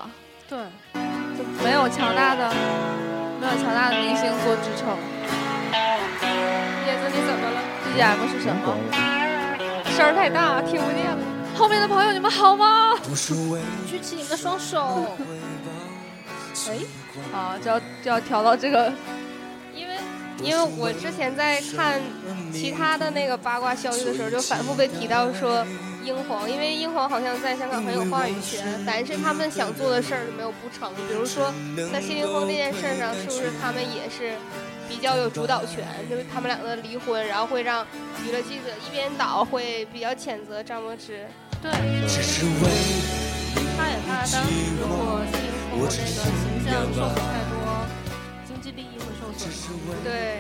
对， 就没有强大的没有强大的明星做支撑。 叶子你怎么了 ？B G M 是什么？ 声儿太大，听不见了。 后面的朋友你们好吗？ 举起你们的双手。 哎，啊，就要就要调到这个， 因为因为我之前在看其他的那个八卦消息的时候，就反复被提到说英皇，因为英皇好像在香港很有话语权，但是他们想做的事儿没有不成。比如说在谢霆锋这件事上，是不是他们也是比较有主导权？就是他们两个离婚，然后会让娱乐记者一边倒，会比较谴责张柏芝。 对，他也怕当时如果谢霆锋那个形象受损太多，经济利益会受损。 对。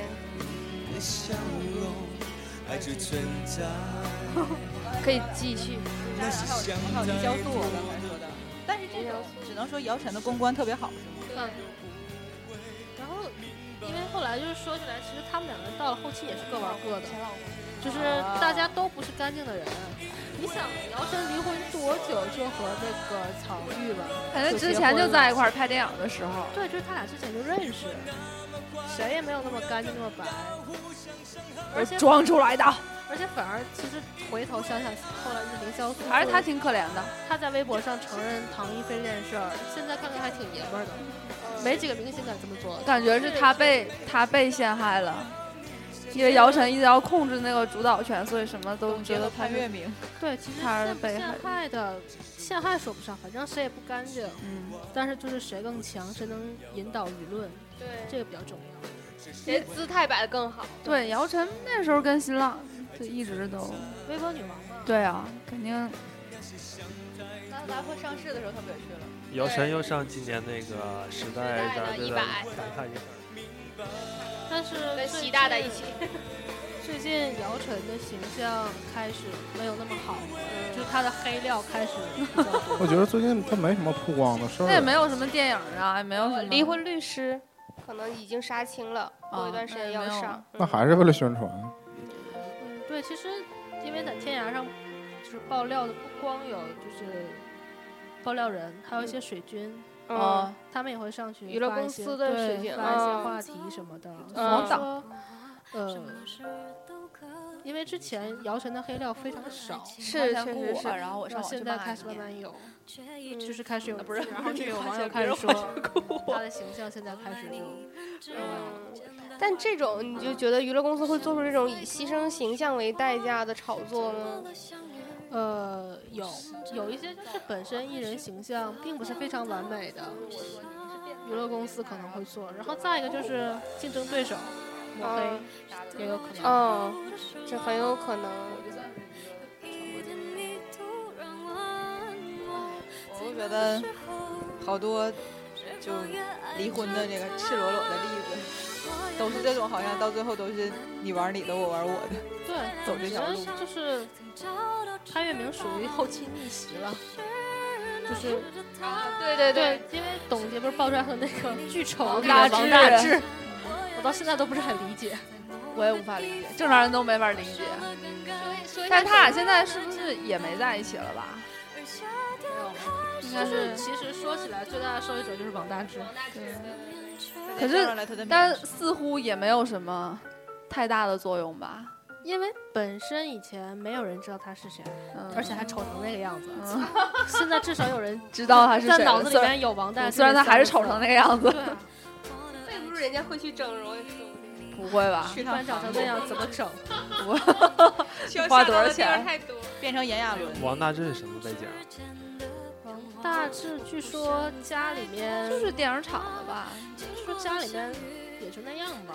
可以继续。 还有还有李潇肃，我刚才说的，但是这种只能说姚晨的公关特别好，是吗？ 嗯。然后，因为后来就是说起来，其实他们两个人到了后期也是各玩各的，就是大家都不是干净的人。你想，姚晨离婚多久就和那个曹郁吧？ 反正之前就在一块儿拍电影的时候。 对，就是他俩之前就认识，谁也没有那么干净那么白，而且装出来的。 而且反而其实回头想想，后来是凌潇肃， 还是他挺可怜的。 他在微博上承认唐一菲这件事儿，现在看看还挺爷们儿的，没几个明星敢这么做。 感觉是他被他被陷害了。因为姚晨一直要控制那个主导权，所以什么都觉得潘粤明。 对，其实他是被陷害的，陷害说不上，反正谁也不干净。 嗯， 但是就是谁更强，谁能引导舆论， 对， 这个比较重要。 谁姿态摆得更好？ 对，姚晨那时候跟新浪就一直都微博女王嘛。 对啊，肯定。 那达会上市的时候，他不也去了？ 姚晨又上今年那个《时代》杂志的百看一本。 但是跟习大大一起， 最近姚晨的形象开始没有那么好了，嗯、就是她的黑料开始。 我觉得最近她没什么曝光的事儿， 那也没有什么电影啊，也没有什么。 离婚律师可能已经杀青了，过、哦、一段时间要上。 那还是为了宣传。 嗯，对，其实因为在天涯上，就是爆料的不光有就是爆料人，还有一些水军。 嗯、 呃，他们也会上去娱乐公司的水军发一些话题什么的。 黄导，呃，因为之前姚晨的黑料非常的少， 是确实是， 然后我上现在开始慢慢有， 嗯、 就是开始有， 不是， 然后就有网友开始说，他的形象现在开始就， 嗯，但这种你就觉得娱乐公司会做出这种以牺牲形象为代价的炒作吗？ 呃，有有一些就是本身艺人形象并不是非常完美的，娱乐公司可能会做。然后再一个就是竞争对手抹黑、嗯、也有可能。 哦，这很有可能。 我觉得好多就离婚的这个赤裸裸的例子，都是这种好像到最后都是你玩你的，我玩我的。 对， 走这条路就是。潘粤明属于后期逆袭了，就是啊，对对对， 因为董洁不是爆出来和那个巨丑王大王大治，我到现在都不是很理解， 我也无法理解，正常人都没法理解。但是他俩现在是不是也没在一起了吧？ 应该是。其实说起来，最大的受益者就是王大治。 对。可是，但似乎也没有什么太大的作用吧。 因为本身以前没有人知道他是谁，嗯、而且还丑成那个样子。嗯、现在至少有人知道他是谁， 在脑子里面有王大治。 虽然他还是丑成那个样子。 对啊， 背不住人家会去整容， 不会吧？ 去班长成那样怎么整？ 花多少钱？ 太多， 变成炎亚纶。 王大治是什么背景？ 王大治据说家里面就是电影厂的吧？ 说家里面也就那样吧。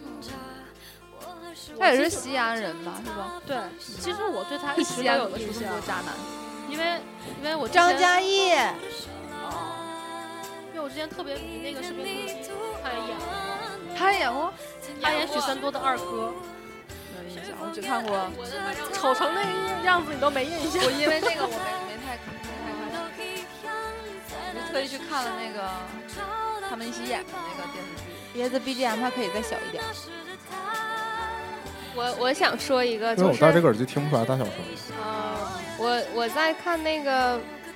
他也是西安人吧，是吧？ 对，其实我对他一直都有个印象， 渣男， 因为因为我张嘉译， 因为我之前特别迷那个士兵突击，他也演过， 他也演过， 他演许三多的二哥， 没有印象，我只看过， 丑成那个样子你都没印象， 我因为那个我没没太没太看，我就特意去看了那个他们一起演的那个电视剧， 别的 B G M 它可以再小一点。 我我想说一个， 因为我戴这个耳机听不出来大小声。 呃，我我在看那个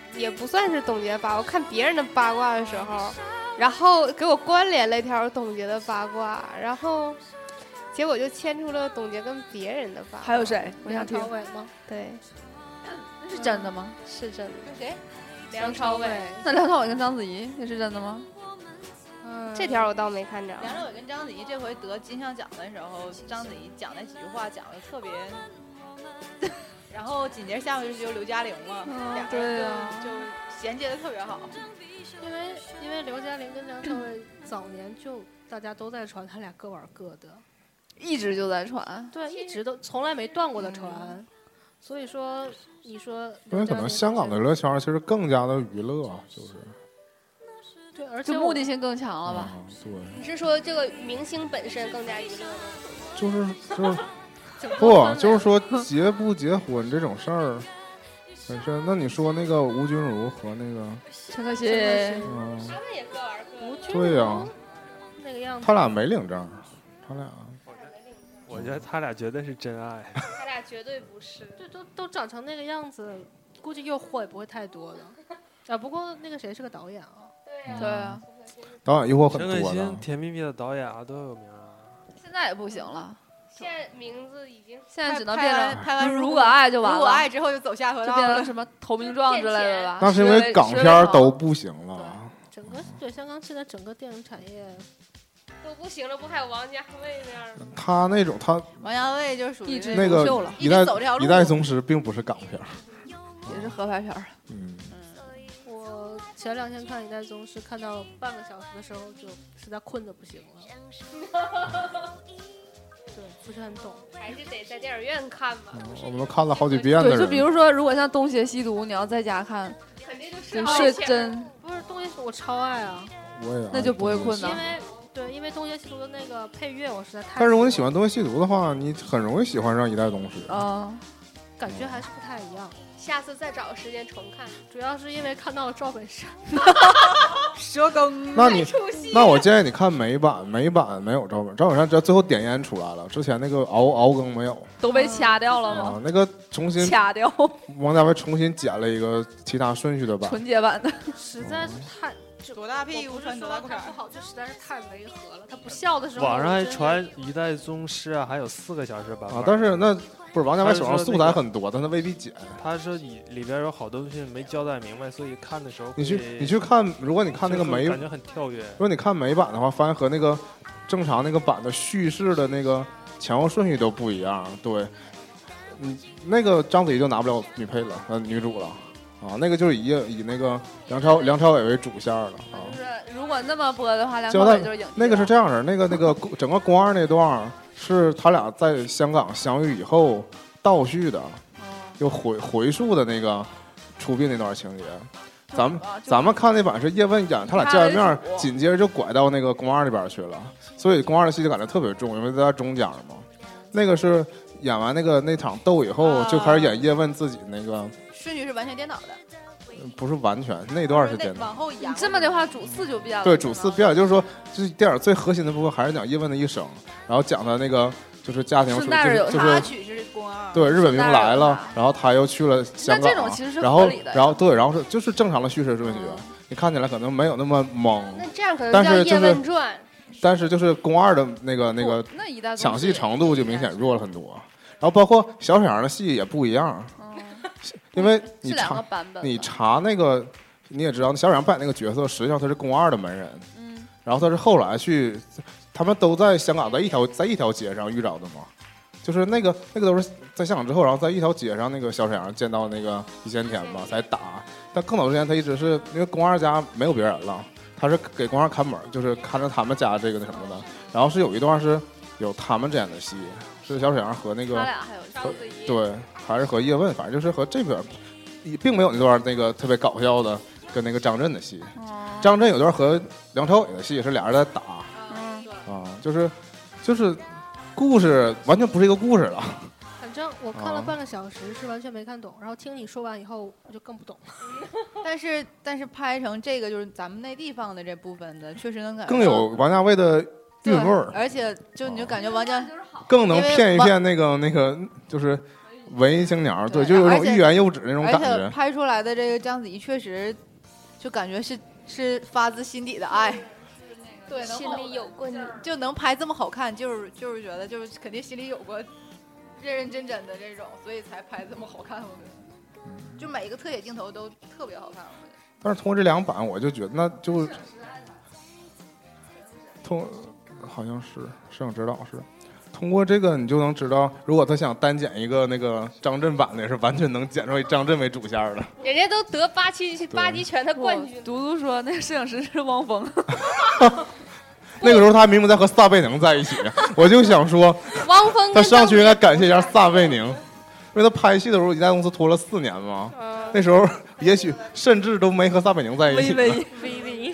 也不算是董洁八卦，看别人的八卦的时候，然后给我关联了一条董洁的八卦，然后结果就牵出了董洁跟别人的八卦。 还有谁？我想听。 梁朝伟吗？ 对， 那是真的吗？ 是真的。 谁？ 梁朝伟。 那梁朝伟跟章子怡也是真的吗？ 嗯， 这条我倒没看着。 梁朝伟跟章子怡这回得金像奖的时候，章子怡讲那几句话讲的特别，然后紧接着下面就是有刘嘉玲嘛， 嗯、 两个对人啊， 就衔接的特别好。 因为因为刘嘉玲跟梁朝伟早年就大家都在传他俩各玩各的， 一直就在传， 对，一直都从来没断过的传。嗯、所以说，你说， 因为可能香港的娱乐圈其实更加的娱乐，就是。 对，而且就目的性更强了吧？ 啊、对。 你是说这个明星本身更加娱乐吗？ 就是就是不就是说结不结婚这种事儿本身，那你说那个吴君如和那个陈可辛， 嗯，他们也各玩各。 对呀、啊， 那个样子， 他俩没领证，他俩。 我觉得他俩绝对是真爱。 他俩绝对不是。 对，都都长成那个样子，估计诱惑也不会太多的。啊，不过那个谁是个导演啊。 对啊， 导演诱惑很多的。 陈可辛、甜蜜蜜的导演啊都有名啊。 现在也不行了， 现在名字已经现在只能变成拍完如果爱就完了， 如果爱之后就走下坡道， 就变成什么投名状之类的吧。 那是因为港片都不行了。 整个对香港现在整个电影产业都不行了，不还有王家卫那样的？ 他那种他王家卫就属于那个一代一代宗师，并不是港片， 也是合拍片。 嗯。 我前两天看《一代宗师》，看到半个小时的时候，就实在困得不行了。对，不是很懂， 还是得在电影院看吧。 嗯、我们都看了好几遍的人。 对，就比如说，如果像《东邪西毒》，你要在家看， 肯定就睡真。 不是《东邪西毒》，我超爱啊。 我也。 那就不会困的。 因为对，因为《东邪西毒》的那个配乐，我实在太…… 但如果你喜欢《东邪西毒》的话，你很容易喜欢上《一代宗师》 啊。 感觉还是不太一样。 下次再找个时间重看， 主要是因为看到了赵本山。 蛇羹。 那你那我建议你看美版，美版没有赵本赵本山，只要最后点烟出来了，之前那个熬熬更没有， 都被掐掉了吗？ 啊、那个重新掐掉， 王家卫重新剪了一个其他顺序的版， 纯洁版的， 实在是太。 多大屁股穿多大裤衩不好，这实在是太违和了。他不笑的时候， 网上还传《一代宗师》啊，还有四个小时版本啊。但是那不是王家卫手上素材很多，但他未必剪。 他说里边有好多东西没交代明白，所以看的时候你去你去看，如果你看那个美， 感觉很跳跃。 如果你看美版的话，发现和那个正常那个版的叙事的那个前后顺序都不一样。对，嗯，那个章子怡就拿不了女配了，呃，女主了。啊，那个就是以以那个梁朝梁朝伟为主线了啊。 就是如果那么播的话，梁朝伟就是影帝。 那个是这样的，那个那个整个宫二那段是他俩在香港相遇以后倒叙的， 哦、 就回回溯的那个出殡那段情节。咱们、啊、咱们看那版是叶问演他俩见完面，紧接着就拐到那个宫二那边去了，所以宫二的戏就感觉特别重，因为在中间嘛。那个是演完那个那场斗以后，啊、就开始演叶问自己那个。 顺序是完全颠倒的， 不是完全那段是颠倒。 往后延， 这么的话，主次就变了。 对，主次变了，就是说，就是电影最核心的部分还是讲叶问的一生，然后讲他那个就是家庭，就是就是对日本兵来了，然后他又去了香港， 这种其实是然后然后对，然后是就是正常的叙事顺序，嗯、你看起来可能没有那么懵。 那这样可能叫叶问传。 但是就是宫二的那个那个抢戏程度就明显弱了很多，然后包括小沈阳的戏也不一样。因为你查你查那个，你也知道，小沈阳扮演那个角色，实际上他是宫二的门人。 嗯。 然后他是后来去，他们都在香港，在一条在一条街上遇着的嘛。就是那个那个都是在香港之后，然后在一条街上，那个小沈阳见到那个易先天嘛，才打。但更早之前，他一直是因为宫二家没有别人了，他是给宫二看门，就是看着他们家这个那什么的。然后是有一段是有他们之间的戏。是小沈阳和那个， 他俩还有章子怡， 对，还是和叶问，反正就是和这边，并没有那段那个特别搞笑的跟那个张震的戏。 哦、 张震有段和梁朝伟的戏是俩人在打， 嗯、 啊，就是就是故事完全不是一个故事了。 反正我看了半个小时是完全没看懂，然后听你说完以后我就更不懂了。 但是但是拍成这个就是咱们内地放的这部分的，确实能感觉更有王家卫的韵味儿， 而且就你就感觉王家更能骗一骗那个那个，就是文艺青鸟，对， 对就有一而且种欲言又止那种而且感觉。 拍出来的这个章子怡确实，就感觉是是发自心底的爱，对，能心里有过你。 就能拍这么好看，就是就是觉得就是肯定心里有过认认真真的这种，所以才拍这么好看。我觉得，就每一个特写镜头都特别好看。我觉得， 但是通过这两版，我就觉得那就通好像是摄影指导是。通过这个，你就能知道，如果他想单剪一个那个张震版的，也是完全能剪出以张震为主线的。 人家都得八七八级拳的冠军。 独独说那个摄影师是汪峰， 那个时候他还明明在和撒贝宁在一起，我就想说， 汪峰他上去应该感谢一下撒贝宁，因为他拍戏的时候一代公司拖了四年嘛， 嗯、 那时候也许甚至都没和撒贝宁在一起。 微微微微。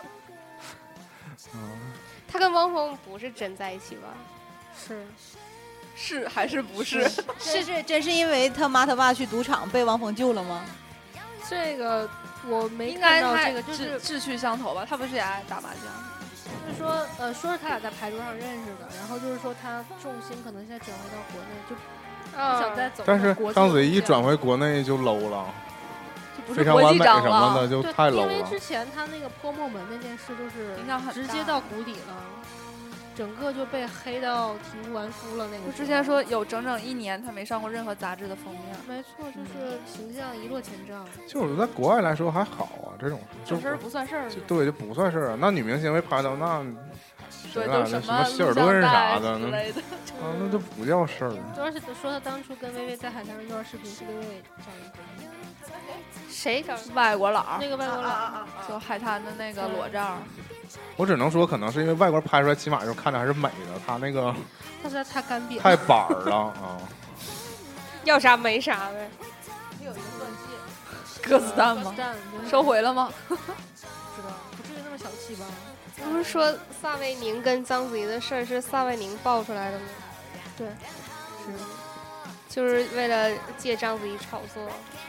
他跟汪峰不是真在一起吧？ 是是还是不是？ 是是真是因为他妈他爸去赌场被汪峰救了吗？ 这个我没应该他看到这个，就是志趣相投吧？他不是也爱打麻将？ 就是说，呃，说是他俩在牌桌上认识的，然后就是说他重心可能现在转回到国内，就不想再走。 但是章子怡一转回国内就 low 了， 就不非是国际常完美什章了。 么的就太 low 因为了。 之前他那个泼墨门那件事，就是影响很大直接到谷底了。整个就被黑到体无完肤了。那个就之前说有整整一年他没上过任何杂志的封面， 没错，就是形象一落千丈。 就是在国外来说还好啊，这种这事儿不算事儿。 对，就不算事儿啊。那女明星被拍到那， 对， 都什么希尔顿啥的， 那啊，那就不叫事儿。 而且说他当初跟薇薇在海滩上那段视频是薇薇找的。 谁找外国佬？ 那个外国佬， 啊就海滩的那个裸照。 我只能说，可能是因为外国人拍出来，起码就看着还是美的。他那个， 他实在太干瘪， 太板儿了啊！ 要啥没啥呗。 有一个钻戒， 鸽子蛋吗？收回了吗？ 不知道，不至于那么小气吧？ 不是说撒贝宁跟章子怡的事儿是撒贝宁爆出来的吗？ 对，是， 就是为了借章子怡炒作。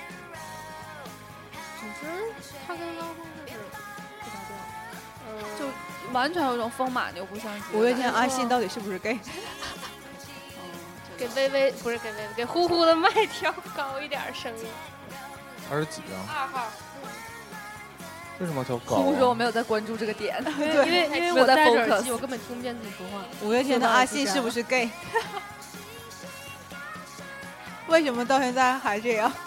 总之，他跟汪峰就是不搭调， 嗯， 就完全有一种风马牛不相及。 五月天阿信到底是不是 gay？ 给微微不是给微微给呼呼的麦调高一点声音。 二十几啊？ 二号。 为什么调高、啊？ 呼说我没有在关注这个点， 因为因为因为我戴着耳机，我根本听不见自己说话。 五月天的阿信是不是 gay？ 为什么到现在还这样？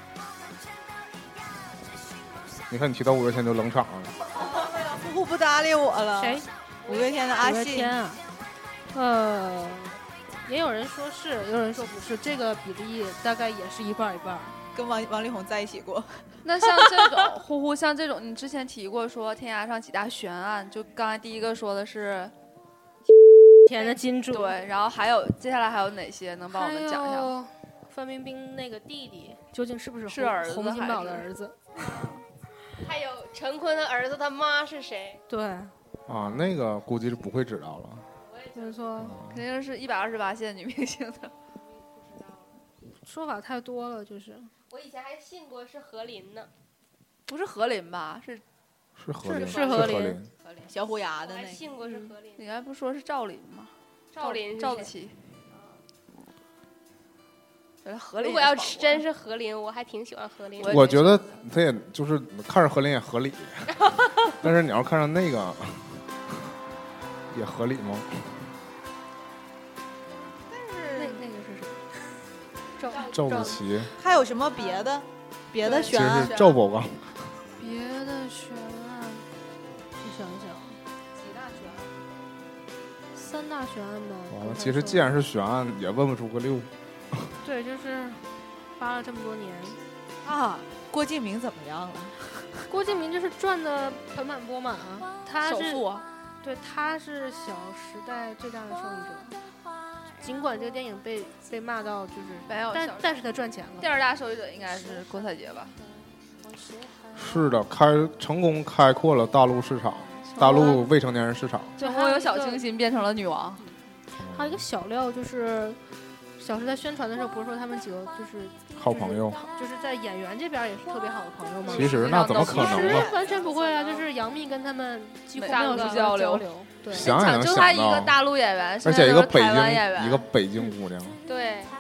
你看你提到五月天就冷场了， 呼呼不搭理我了。 谁？ 五月天的阿信。 五月天啊，呃，也有人说是，也有人说不是，这个比例大概也是一半一半。 跟王王力宏在一起过。 那像这种呼呼，像这种你之前提过说天涯上几大悬案，就刚才第一个说的是甜的金主， 对，然后还有接下来还有哪些能帮我们讲一下？ 范冰冰那个弟弟究竟是不是是儿子洪金宝的儿子？ 还有陈坤的儿子他妈是谁？ 对啊，那个估计是不会知道了。 没错， 肯定是一百二十八线女明星的。 说法太多了，就是我以前还信过是何琳呢， 不是何琳吧？是是何琳， 是何琳， 何琳小虎牙的那个。 信过是何琳。 你刚才不说是赵琳吗？ 赵琳赵子琪。何琳如果要真是何琳，我还挺喜欢何琳。 我觉得他也就是看着何琳也合理，但是你要看上那个，也合理吗？ 那那个是谁？ 赵子琪。 还有什么别的？别的悬案？ 其实是赵宝刚。 别的悬案，我想一想， 几大悬案？ 三大悬案吧。 完了，其实既然是悬案，也问不出个六。 对，就是扒了这么多年啊。郭敬明怎么样了？ 郭敬明就是赚的盆满钵满啊，他是首富啊， 对，他是《小时代》最大的受益者。尽管这个电影被被骂到就是没有， 但但是他赚钱了。 第二大受益者应该是郭采洁吧？ 是的，开成功开阔了大陆市场，大陆未成年人市场。 成功由小清新变成了女王。 还有一个小料就是小时代宣传的时候，不是说他们几个就是好朋友， 就是在演员这边也是特别好的朋友吗？ 其实那怎么可能呢？ 完全不会啊！就是杨幂跟他们几乎没有交流。 对， 想也能想到。 就她一个大陆演员， 而且一个北京演员， 一个北京姑娘。 对，杨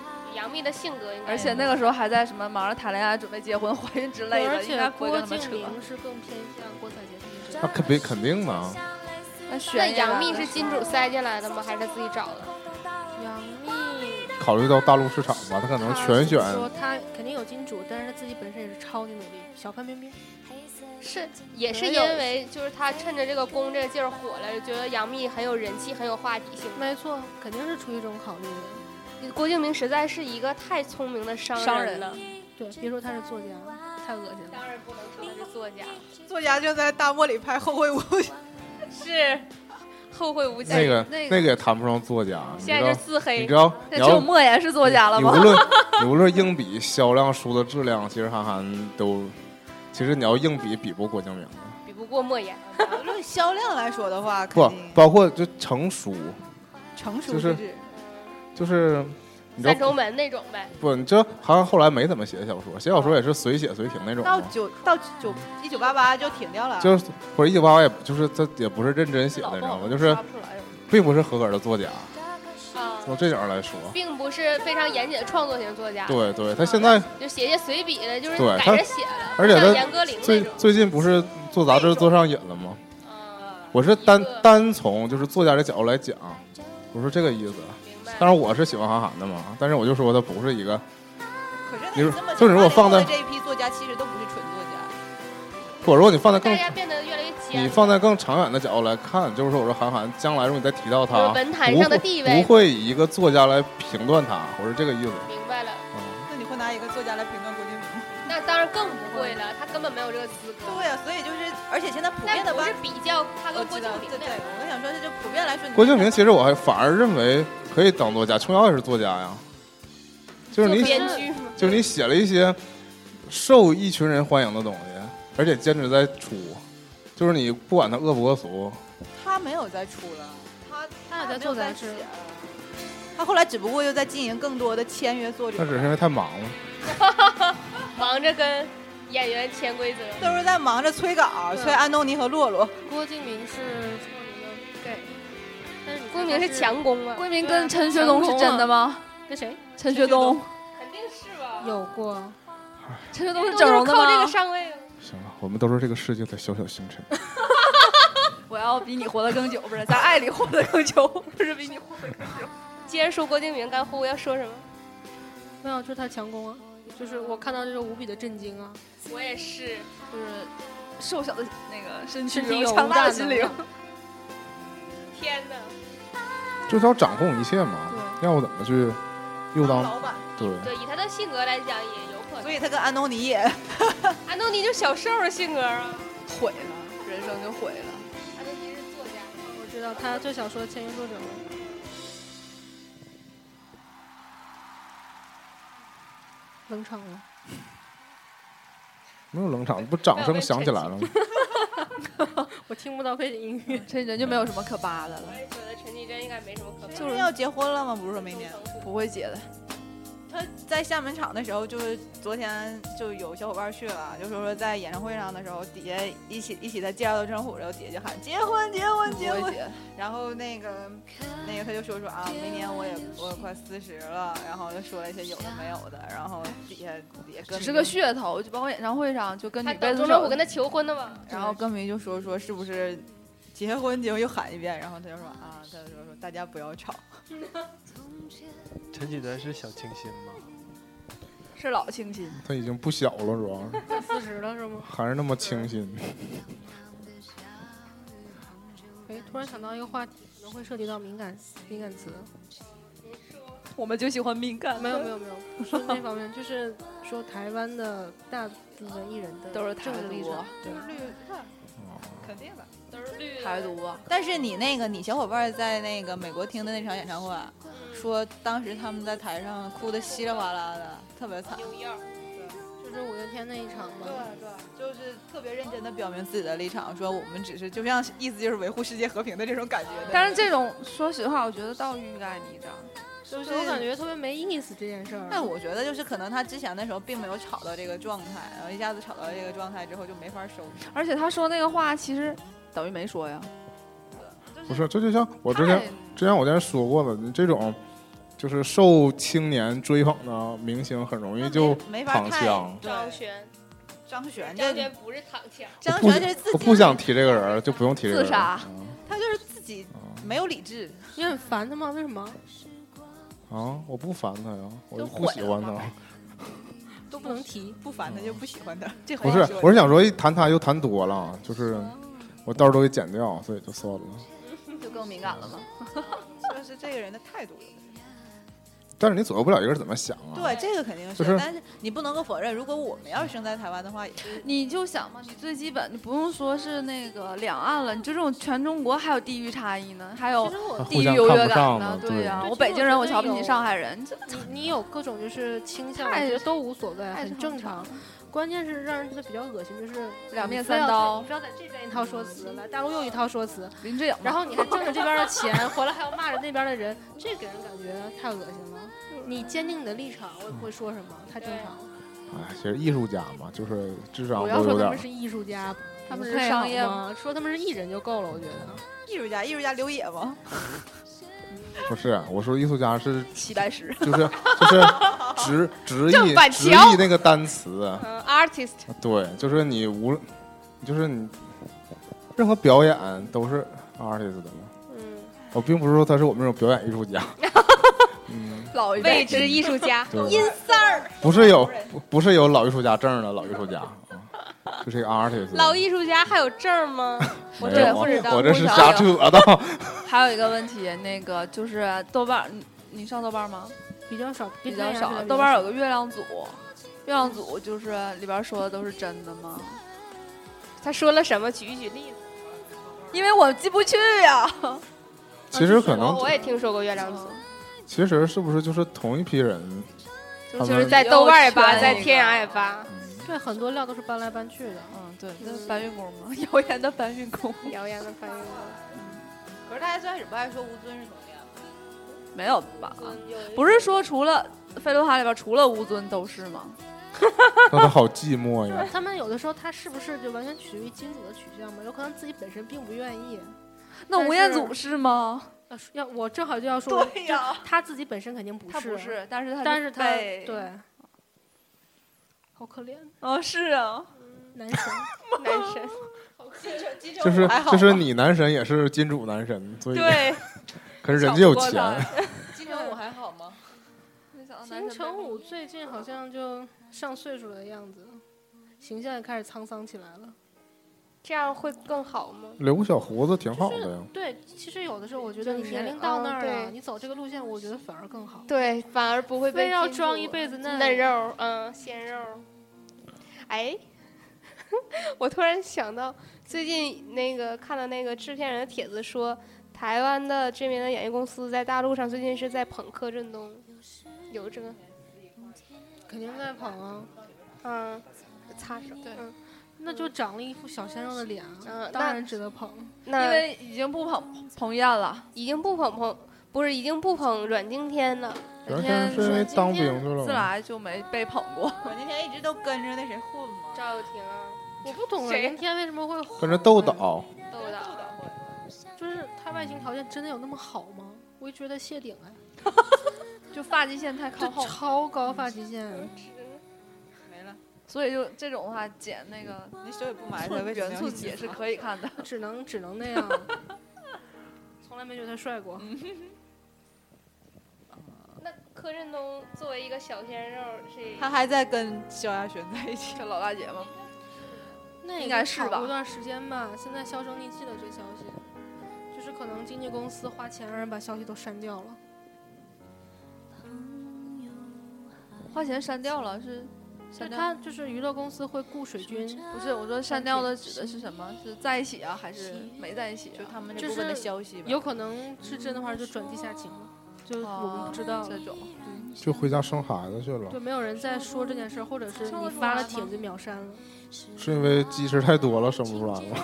杨幂的性格应该， 而且那个时候还在什么忙着谈恋爱、准备结婚、怀孕之类的， 而且应该不会郭跟他们扯。 敬明是更偏向郭采洁他们这那肯定肯定的。 那那杨幂是金主塞进来的吗？还是他自己找的？ 杨幂考虑到大陆市场吧，他可能全选。 说他肯定有金主，但是他自己本身也是超级努力。小潘冰冰是也是因为就是他趁着这个攻这个劲儿火了，觉得杨幂很有人气，很有话题性。 没错，肯定是出于这种考虑的。 郭敬明实在是一个太聪明的商商人了。 对，别说他是作家，太恶心了。 当然不能说他是作家， 作家就在大漠里拍《后会无期》， 是后会无期。 那个那个那个也谈不上作家， 现在是自黑。 你知道？ 那只有莫言是作家了吗？ 你无论你无论硬比销量、书的质量，其实韩寒都，其实你要硬比，比不郭敬明的， 比不过莫言。 论销量来说的话， 不包括就成熟， 成熟就是指就是。 三重门那种呗， 不，你这好像后来没怎么写小说，写小说也是随写随停那种。 到九到九一九八八就停掉了， 就是或者一九八八，也就是他也不是认真写的，你知道吗？就是并不是合格的作家。 啊， 从这点来说， 并不是非常严谨的创作型作家。 对对，他现在就写写随笔的，就是对改着写了。 而且他严歌苓最最近不是做杂志做上瘾了吗？ 啊， 我是单单从就是作家的角度来讲，我说这个意思。当然我是喜欢韩寒的嘛，但是我就说他不是一个。 可是你这么就是如果放在这一批作家，其实都不是纯作家。 或者说你放在更大家变得越来越尖， 你放在更长远的角度来看，就是说我说韩寒将来如果你再提到他文坛上的地位， 不会以一个作家来评断他，我是这个意思。 明白了。 嗯， 那你会拿一个作家来评断郭敬明？ 那当然更不会了，他根本没有这个资格。 对呀、啊，所以就是，而且现在普遍的吧， 不是比较他跟郭敬明。 对对，我想说，这就普遍来说， 郭敬明其实我还反而认为可以当作家，琼瑶也是作家呀。就是你编剧， 就是你写了一些受一群人欢迎的东西，而且坚持在出，就是你不管他恶不恶俗， 他没有再出了，他他也在做杂志， 他后来只不过又在经营更多的签约作者， 那只是因为太忙了， 忙着跟演员签规则， 都是在忙着催稿，催安东尼和洛洛。 郭敬明是出名的 gay， 但是郭敬明是强攻啊。 郭敬明跟陈学冬是真的吗？ 跟谁？ 陈学冬肯定是吧？ 有过。 陈学冬是整容的吗？ 靠这个上位。 行了，我们都是这个世界的小小星辰。 我要比你活得更久，不是在爱里活得更久，不是比你活得更久。 既然说郭敬明，干呼要说什么？ 没有，就是他强攻啊，就是我看到这个无比的震惊啊。 我也是， 就是瘦小的那个身躯， 有强大的心灵。 天哪！ 就是要掌控一切嘛，要不怎么去又当老板？ 对对，以他的性格来讲也有可能。 所以他跟安东尼也， 安东尼就小瘦的性格啊， 毁了，人生就毁了。 安东尼是作家， 我知道他最小说签约作者了。冷场了。 没有冷场，不掌声响起来了吗？ 我听不到背景音乐， 这人就没有什么可扒的了。 我也觉得陈绮贞应该没什么可扒。 就是要结婚了吗？不是说明年不会结的。 他在厦门场的时候，就是昨天就有小伙伴去了，就说说在演唱会上的时候，底下一起一起在介绍郑虎，然后底下就喊结婚结婚结婚，然后那个那个他就说说啊，明年我也我也快四十了，然后就说了一些有的没有的，然后底下底下只是个噱头，就包括演唱会上就跟女贝斯手，我跟他求婚的嘛， 然后歌迷就说说是不是结婚结婚又喊一遍，然后他就说啊，他就说说大家不要吵。 陈绮贞是小清新吗？ 是老清新， 他已经不小了，主要快四十了是吗？ 还是那么清新。 哎，突然想到一个话题，可能会涉及到敏感敏感词。 我们就喜欢敏感。 没有没有没有，不是那方面，就是说台湾的大部分艺人的都是政治立场， 对绿的，肯定的。 都是绿台独啊！ 但是你那个你小伙伴在那个美国听的那场演唱会，说当时他们在台上哭得稀里哗啦的，特别惨。 有样， 对，就是五月天那一场嘛。 对对，就是特别认真的表明自己的立场，说我们只是就像意思就是维护世界和平的这种感觉。 但是这种说实话，我觉得倒欲盖弥彰。 就是我感觉特别没意思这件事儿。 但我觉得就是可能他之前的时候并没有吵到这个状态，然后一下子吵到这个状态之后就没法收拾。 而且他说那个话其实等于没说呀。 不是，这就像我之前之前我之前说过的，这种就是受青年追捧的明星很容易就躺枪。 张悬， 张悬， 张悬不是躺枪， 张悬是自己。 我不想提这个人，就不用提这个人。 自杀， 他就是自己没有理智。 你很烦他吗？为什么？ 啊，我不烦他呀，我就不喜欢他。 都不能提， 不烦他就不喜欢他。这不是，我是想说，一谈他又谈多了，就是我到时候都给剪掉，所以就算了。 就更敏感了吗？ 这是这个人的态度。 但是你左右不了一个人怎么想啊？ 对，这个肯定是。 就是、 但是你不能够否认，如果我们要是生在台湾的话，也是。 你就想嘛，你最基本，你不用说是那个两岸了，你就这种全中国还有地域差异呢，还有地域优越感呢。对呀、啊，我北京人，我瞧不起上海人， 你你有各种就是倾向，我觉得都无所谓，很正常。关键是让人觉得比较恶心，就是两面三刀， 你非要在这边一套说辞，来大陆又一套说辞， 林志颖， 然后你还挣着这边的钱，回来还要骂着那边的人，这给人感觉太恶心了。你坚定你的立场，我也不会说什么，太正常了。 哎，其实艺术家嘛，就是智商都有点。 我要说他们是艺术家， 他们是商业吗？说他们是艺人就够了，我觉得。 艺术家，艺术家刘野吗？ 不是，我说艺术家是齐白石， 就是就是直直译直译那个单词、 嗯、，artist。 对，就是你无，就是你任何表演都是 artist 的嘛。嗯，我并不是说他是我们这种表演艺术家。 嗯，老未知艺术家，阴三儿。 不是有不不是有老艺术家证的老艺术家。就是一个 artist。 老艺术家还有证吗？ 我这不知道， 我这是瞎扯的。 还有一个问题，那个就是豆瓣，你上豆瓣吗？ 比较少， 比较少。豆瓣有个月亮组，月亮组就是里边说的都是真的吗？ 他说了什么？举一举例子。 因为我进不去呀。 其实可能我也听说过月亮组。 其实是不是就是同一批人？ 就是在豆瓣也发，在天涯也发。 对，很多料都是搬来搬去的。 嗯，对，那是搬运工嘛，谣言的搬运工， 谣言的搬运工。 可是大家最开始不爱说吴尊是什么呀？ 没有吧？不是说除了《飞罗海》里边除了吴尊都是吗？ 那他好寂寞呀。 他们有的时候他是不是就完全取决于金主的取向嘛？有可能自己本身并不愿意。 那吴彦祖是吗？ 要我正好就要说， 对呀， 他自己本身肯定不是， 他不是，但是他但是他对。好可怜哦，是啊， 男神， 男神， 就是就是你男神也是金主男神，所以对， 可是人家有钱。 金城武还好吗？ 金城武最近好像就上岁数的样子，形象也开始沧桑起来了。 这样会更好吗？ 留个小胡子挺好的呀。 对，其实有的时候我觉得你年龄到那儿了，你走这个路线，我觉得反而更好。 对，反而不会被非要装一辈子嫩嫩肉，嗯，鲜肉。哎，我突然想到，最近那个看到那个制片人的帖子说，台湾的知名的演艺公司在大陆上最近是在捧柯震东，有这个， 肯定在捧啊， 嗯，擦手， 对。嗯，那就长了一副小鲜肉的脸， 嗯， 当然值得捧。 因为已经不捧彭于晏了， 已经不捧彭，不是已经不捧阮经天了。 阮经天是因为当兵去了， 自来就没被捧过。 阮经天一直都跟着那谁混嘛， 赵又廷啊。 我不懂阮经天为什么会跟着窦导。 窦导， 就是他外形条件真的有那么好吗？我也觉得谢顶哎， 就发际线太靠后， 超高发际线。 所以就这种的话，剪那个你手也不埋汰， 元素也是可以看的， 只能只能那样。从来没觉得他帅过。 那柯震东作为一个小鲜肉，是他还在跟萧亚轩在一起， 跟老大姐吗？ 那应该是吧。 过一段时间吧，现在销声匿迹了这消息，就是可能经纪公司花钱让人把消息都删掉了。 花钱删掉了是？ 就他就是娱乐公司会雇水军， 不是我说删掉的指的是什么？是在一起啊，还是没在一起、啊？ 就他们这部分的消息吧。 有可能是真的话就转地下情了，就我们不知道、 哦、这种， 就回家生孩子去了。 就没有人再说这件事，或者是你发了帖子秒删了。 是因为鸡翅太多了生不出来了。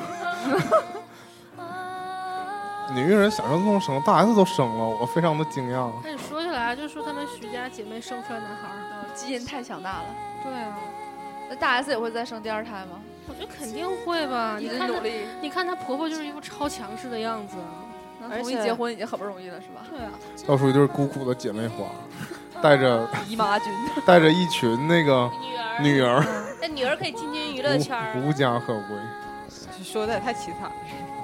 女艺人想生都能生，大 S 都生了，我非常的惊讶。 那你说起来，就说他们徐家姐妹生出来男孩儿， 基因太强大了。 对啊， 那大 S 也会再生第二胎吗？ 我觉得肯定会吧。 一直努力。 你看她婆婆就是一副超强势的样子， 能同意结婚已经很不容易了，是吧？ 对啊， 到属于就是孤苦的姐妹花，带着姨妈军， 带着一群那个女儿， 那女儿可以进军娱乐圈， 无家可归。 说的也太凄惨了。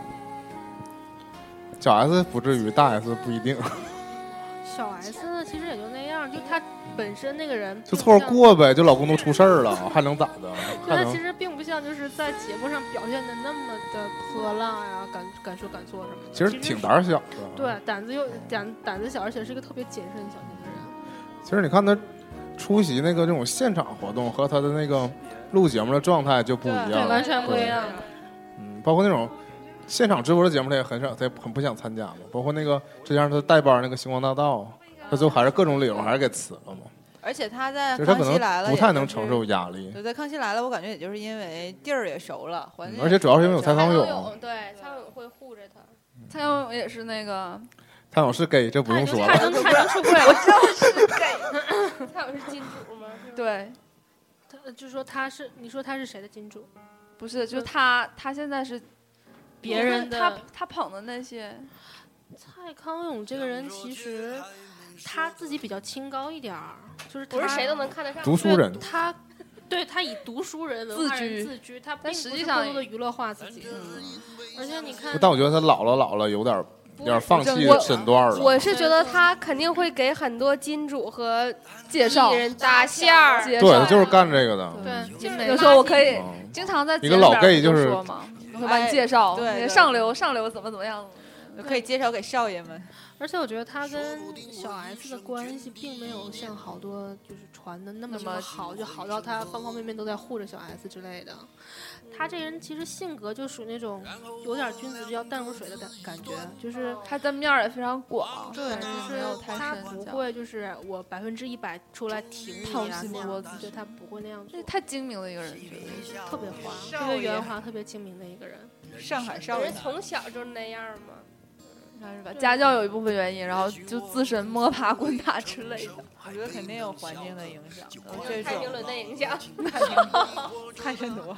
小 S 不至于，大 S 不一定。 小 S 呢，其实也就那样，就她本身那个人就凑合过呗，就老公都出事儿了，还能咋的？ 就她其实并不像就是在节目上表现的那么的泼辣呀，敢敢说敢做什么的。 其实挺胆小的。 对，胆子又胆胆子小，而且是一个特别谨慎小心的人。 其实你看他出席那个这种现场活动和他的那个录节目的状态就不一样， 对，完全不一样。 嗯，包括那种现场直播的节目，他也很少，他也很不想参加嘛。包括那个之前他带班那个星光大道，他最后还是各种理由还是给辞了嘛。 而且他在就是他可康熙来了能不太能承受压力。 对，在康熙来了，我感觉也就是因为地儿也熟了，环境、 嗯。而且主要是因为有蔡康永， 对，蔡康永会护着他。 蔡康永也是那个， 蔡康永是 gay， 这不用说了。 他能他能出不了， 我知道是 gay。 蔡康永是金主吗？ 对， 他就说他是，你说他是谁的金主？ 不是，就是他，他现在是别人的， 他他捧的那些。 蔡康永这个人其实他自己比较清高一点儿，就是不是谁都能看得上。 读书人， 他对他以读书人文化人自居，他并不是过度的娱乐化自己。嗯，而且你看， 但我觉得他老了老了有点有点放弃身段了。 我是觉得他肯定会给很多金主和介绍人搭线儿， 对，他就是干这个的。 对， 有时候我可以经常在一个老 gay 就是说嘛，我会帮你介绍， 对， 上流上流怎么怎么样。 可以介绍给少爷们， 而且我觉得他跟小 S 的关系并没有像好多就是传的那么那么好，就好到他方方面面都在护着小 S 之类的。他这人其实性格就属于那种有点君子之交淡如水的感感觉，就是他的面儿也非常广， 对，就是他不会就是我百分之一百出来挺你啊那样，对他不会那样做。 太精明的一个人，觉得特别滑，特别圆滑，特别精明的一个人。 上海少爷人从小就是那样吗？ 是吧？家教有一部分原因，然后就自身摸爬滚打之类的。 我觉得肯定有环境的影响，这种太平轮的影响， 太深多，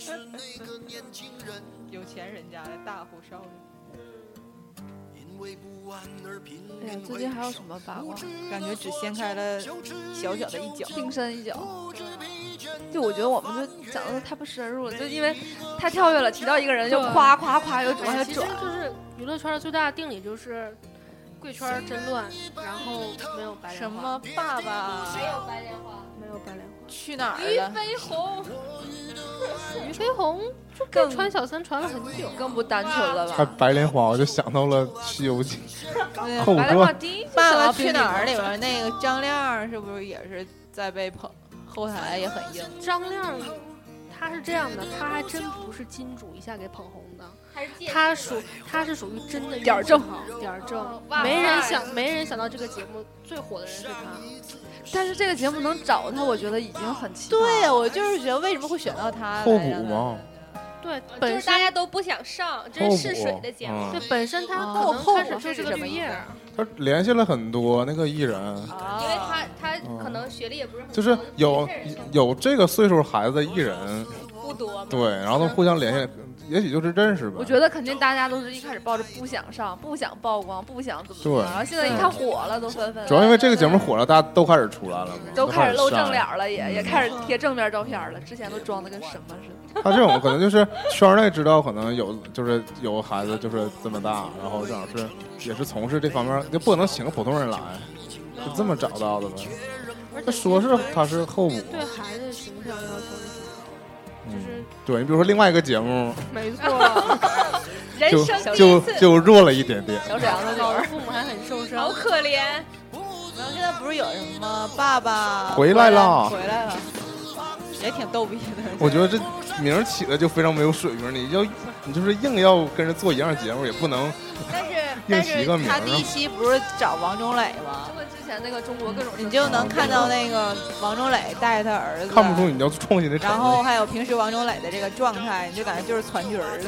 有钱人家的大户少爷。 哎呀，最近还有什么八卦？ 感觉只掀开了小小的一角， 冰山一角。就我觉得我们就讲的太不深入了，就因为太跳跃了，提到一个人就夸夸夸又往下转。 就是娱乐圈最大的定理就是贵圈真乱，然后没有白莲花。 什么爸爸？ 没有白莲花， 没有白莲花。 去哪儿了？ 俞飞鸿， 俞飞鸿就更传小三传了很久， 更不单纯了吧？ 还白莲花，我就想到了《西游记》后白莲花第一， 爸爸去哪儿里边那个张亮是不是也是在被捧？后台也很硬。 张亮，他是这样的，他还真不是金主一下给捧红的， 他属他是属于真的点儿正， 点儿正，没人想没人想到这个节目最火的人是他。 但是这个节目能找他，我觉得已经很奇怪。 对呀，我就是觉得为什么会选到他？ 候补吗？ 对， 本身大家都不想上，这是试水的节目。 对，本身他可能开始就是个绿叶。 他联系了很多那个艺人， 因为他他可能学历也不是很， 就是有有这个岁数孩子的艺人不多， 对，然后他们互相联系，也许就是认识吧。 我觉得肯定大家都是一开始抱着不想上、不想曝光、不想怎么怎么，然后现在一看火了，都纷纷。 主要因为这个节目火了，大家都开始出来了嘛， 都开始露正脸了，也也开始贴正面照片了，之前都装的跟什么似的。 他这种可能就是圈内知道，可能有就是有孩子就是这么大，然后正好是也是从事这方面，就不可能请个普通人来，就这么找到的呗。他说是他是候补， 对孩子形象要求是挺高的，就是对你比如说另外一个节目， 没错， 人生就就弱了一点点。 小沈阳的女儿父母还很受伤， 好可怜。 然后现在不是有什么爸爸回来了， 回来了，也挺逗逼的。 我觉得这名起的就非常没有水平，你要你就是硬要跟人做一样节目，也不能。 但是硬起个名他第一期不是找王中磊吗？ 就跟之前那个中国各种， 你就能看到那个王中磊带他儿子， 看不出你要创新的。 然后还有平时王中磊的这个状态，你就感觉就是团局儿的。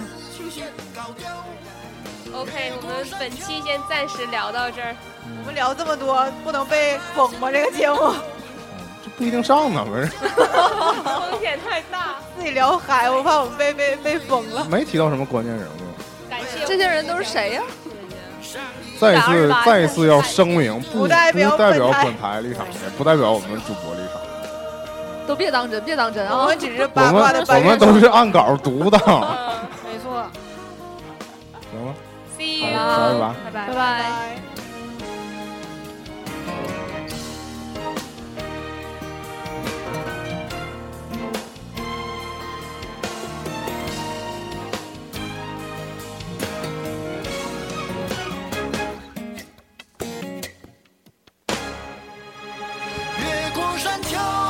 OK， 我们本期先暂时聊到这儿。 我们聊这么多，不能被封吗？这个节目这不一定上呢，不是？ 风险太大， 自己聊嗨，我怕我们被被被封了。 没提到什么关键人物。 感谢这些人都是谁呀？ 再一次再一次要声明，不不代表不代表本本台立场，也不代表我们主播立场。 都别当真，别当真啊！ 我们只是我八卦的们我们都是按稿读的。 嗯，没错。 行了 ，see you， 拜拜。 拜拜拜拜。 拜。 越过山丘。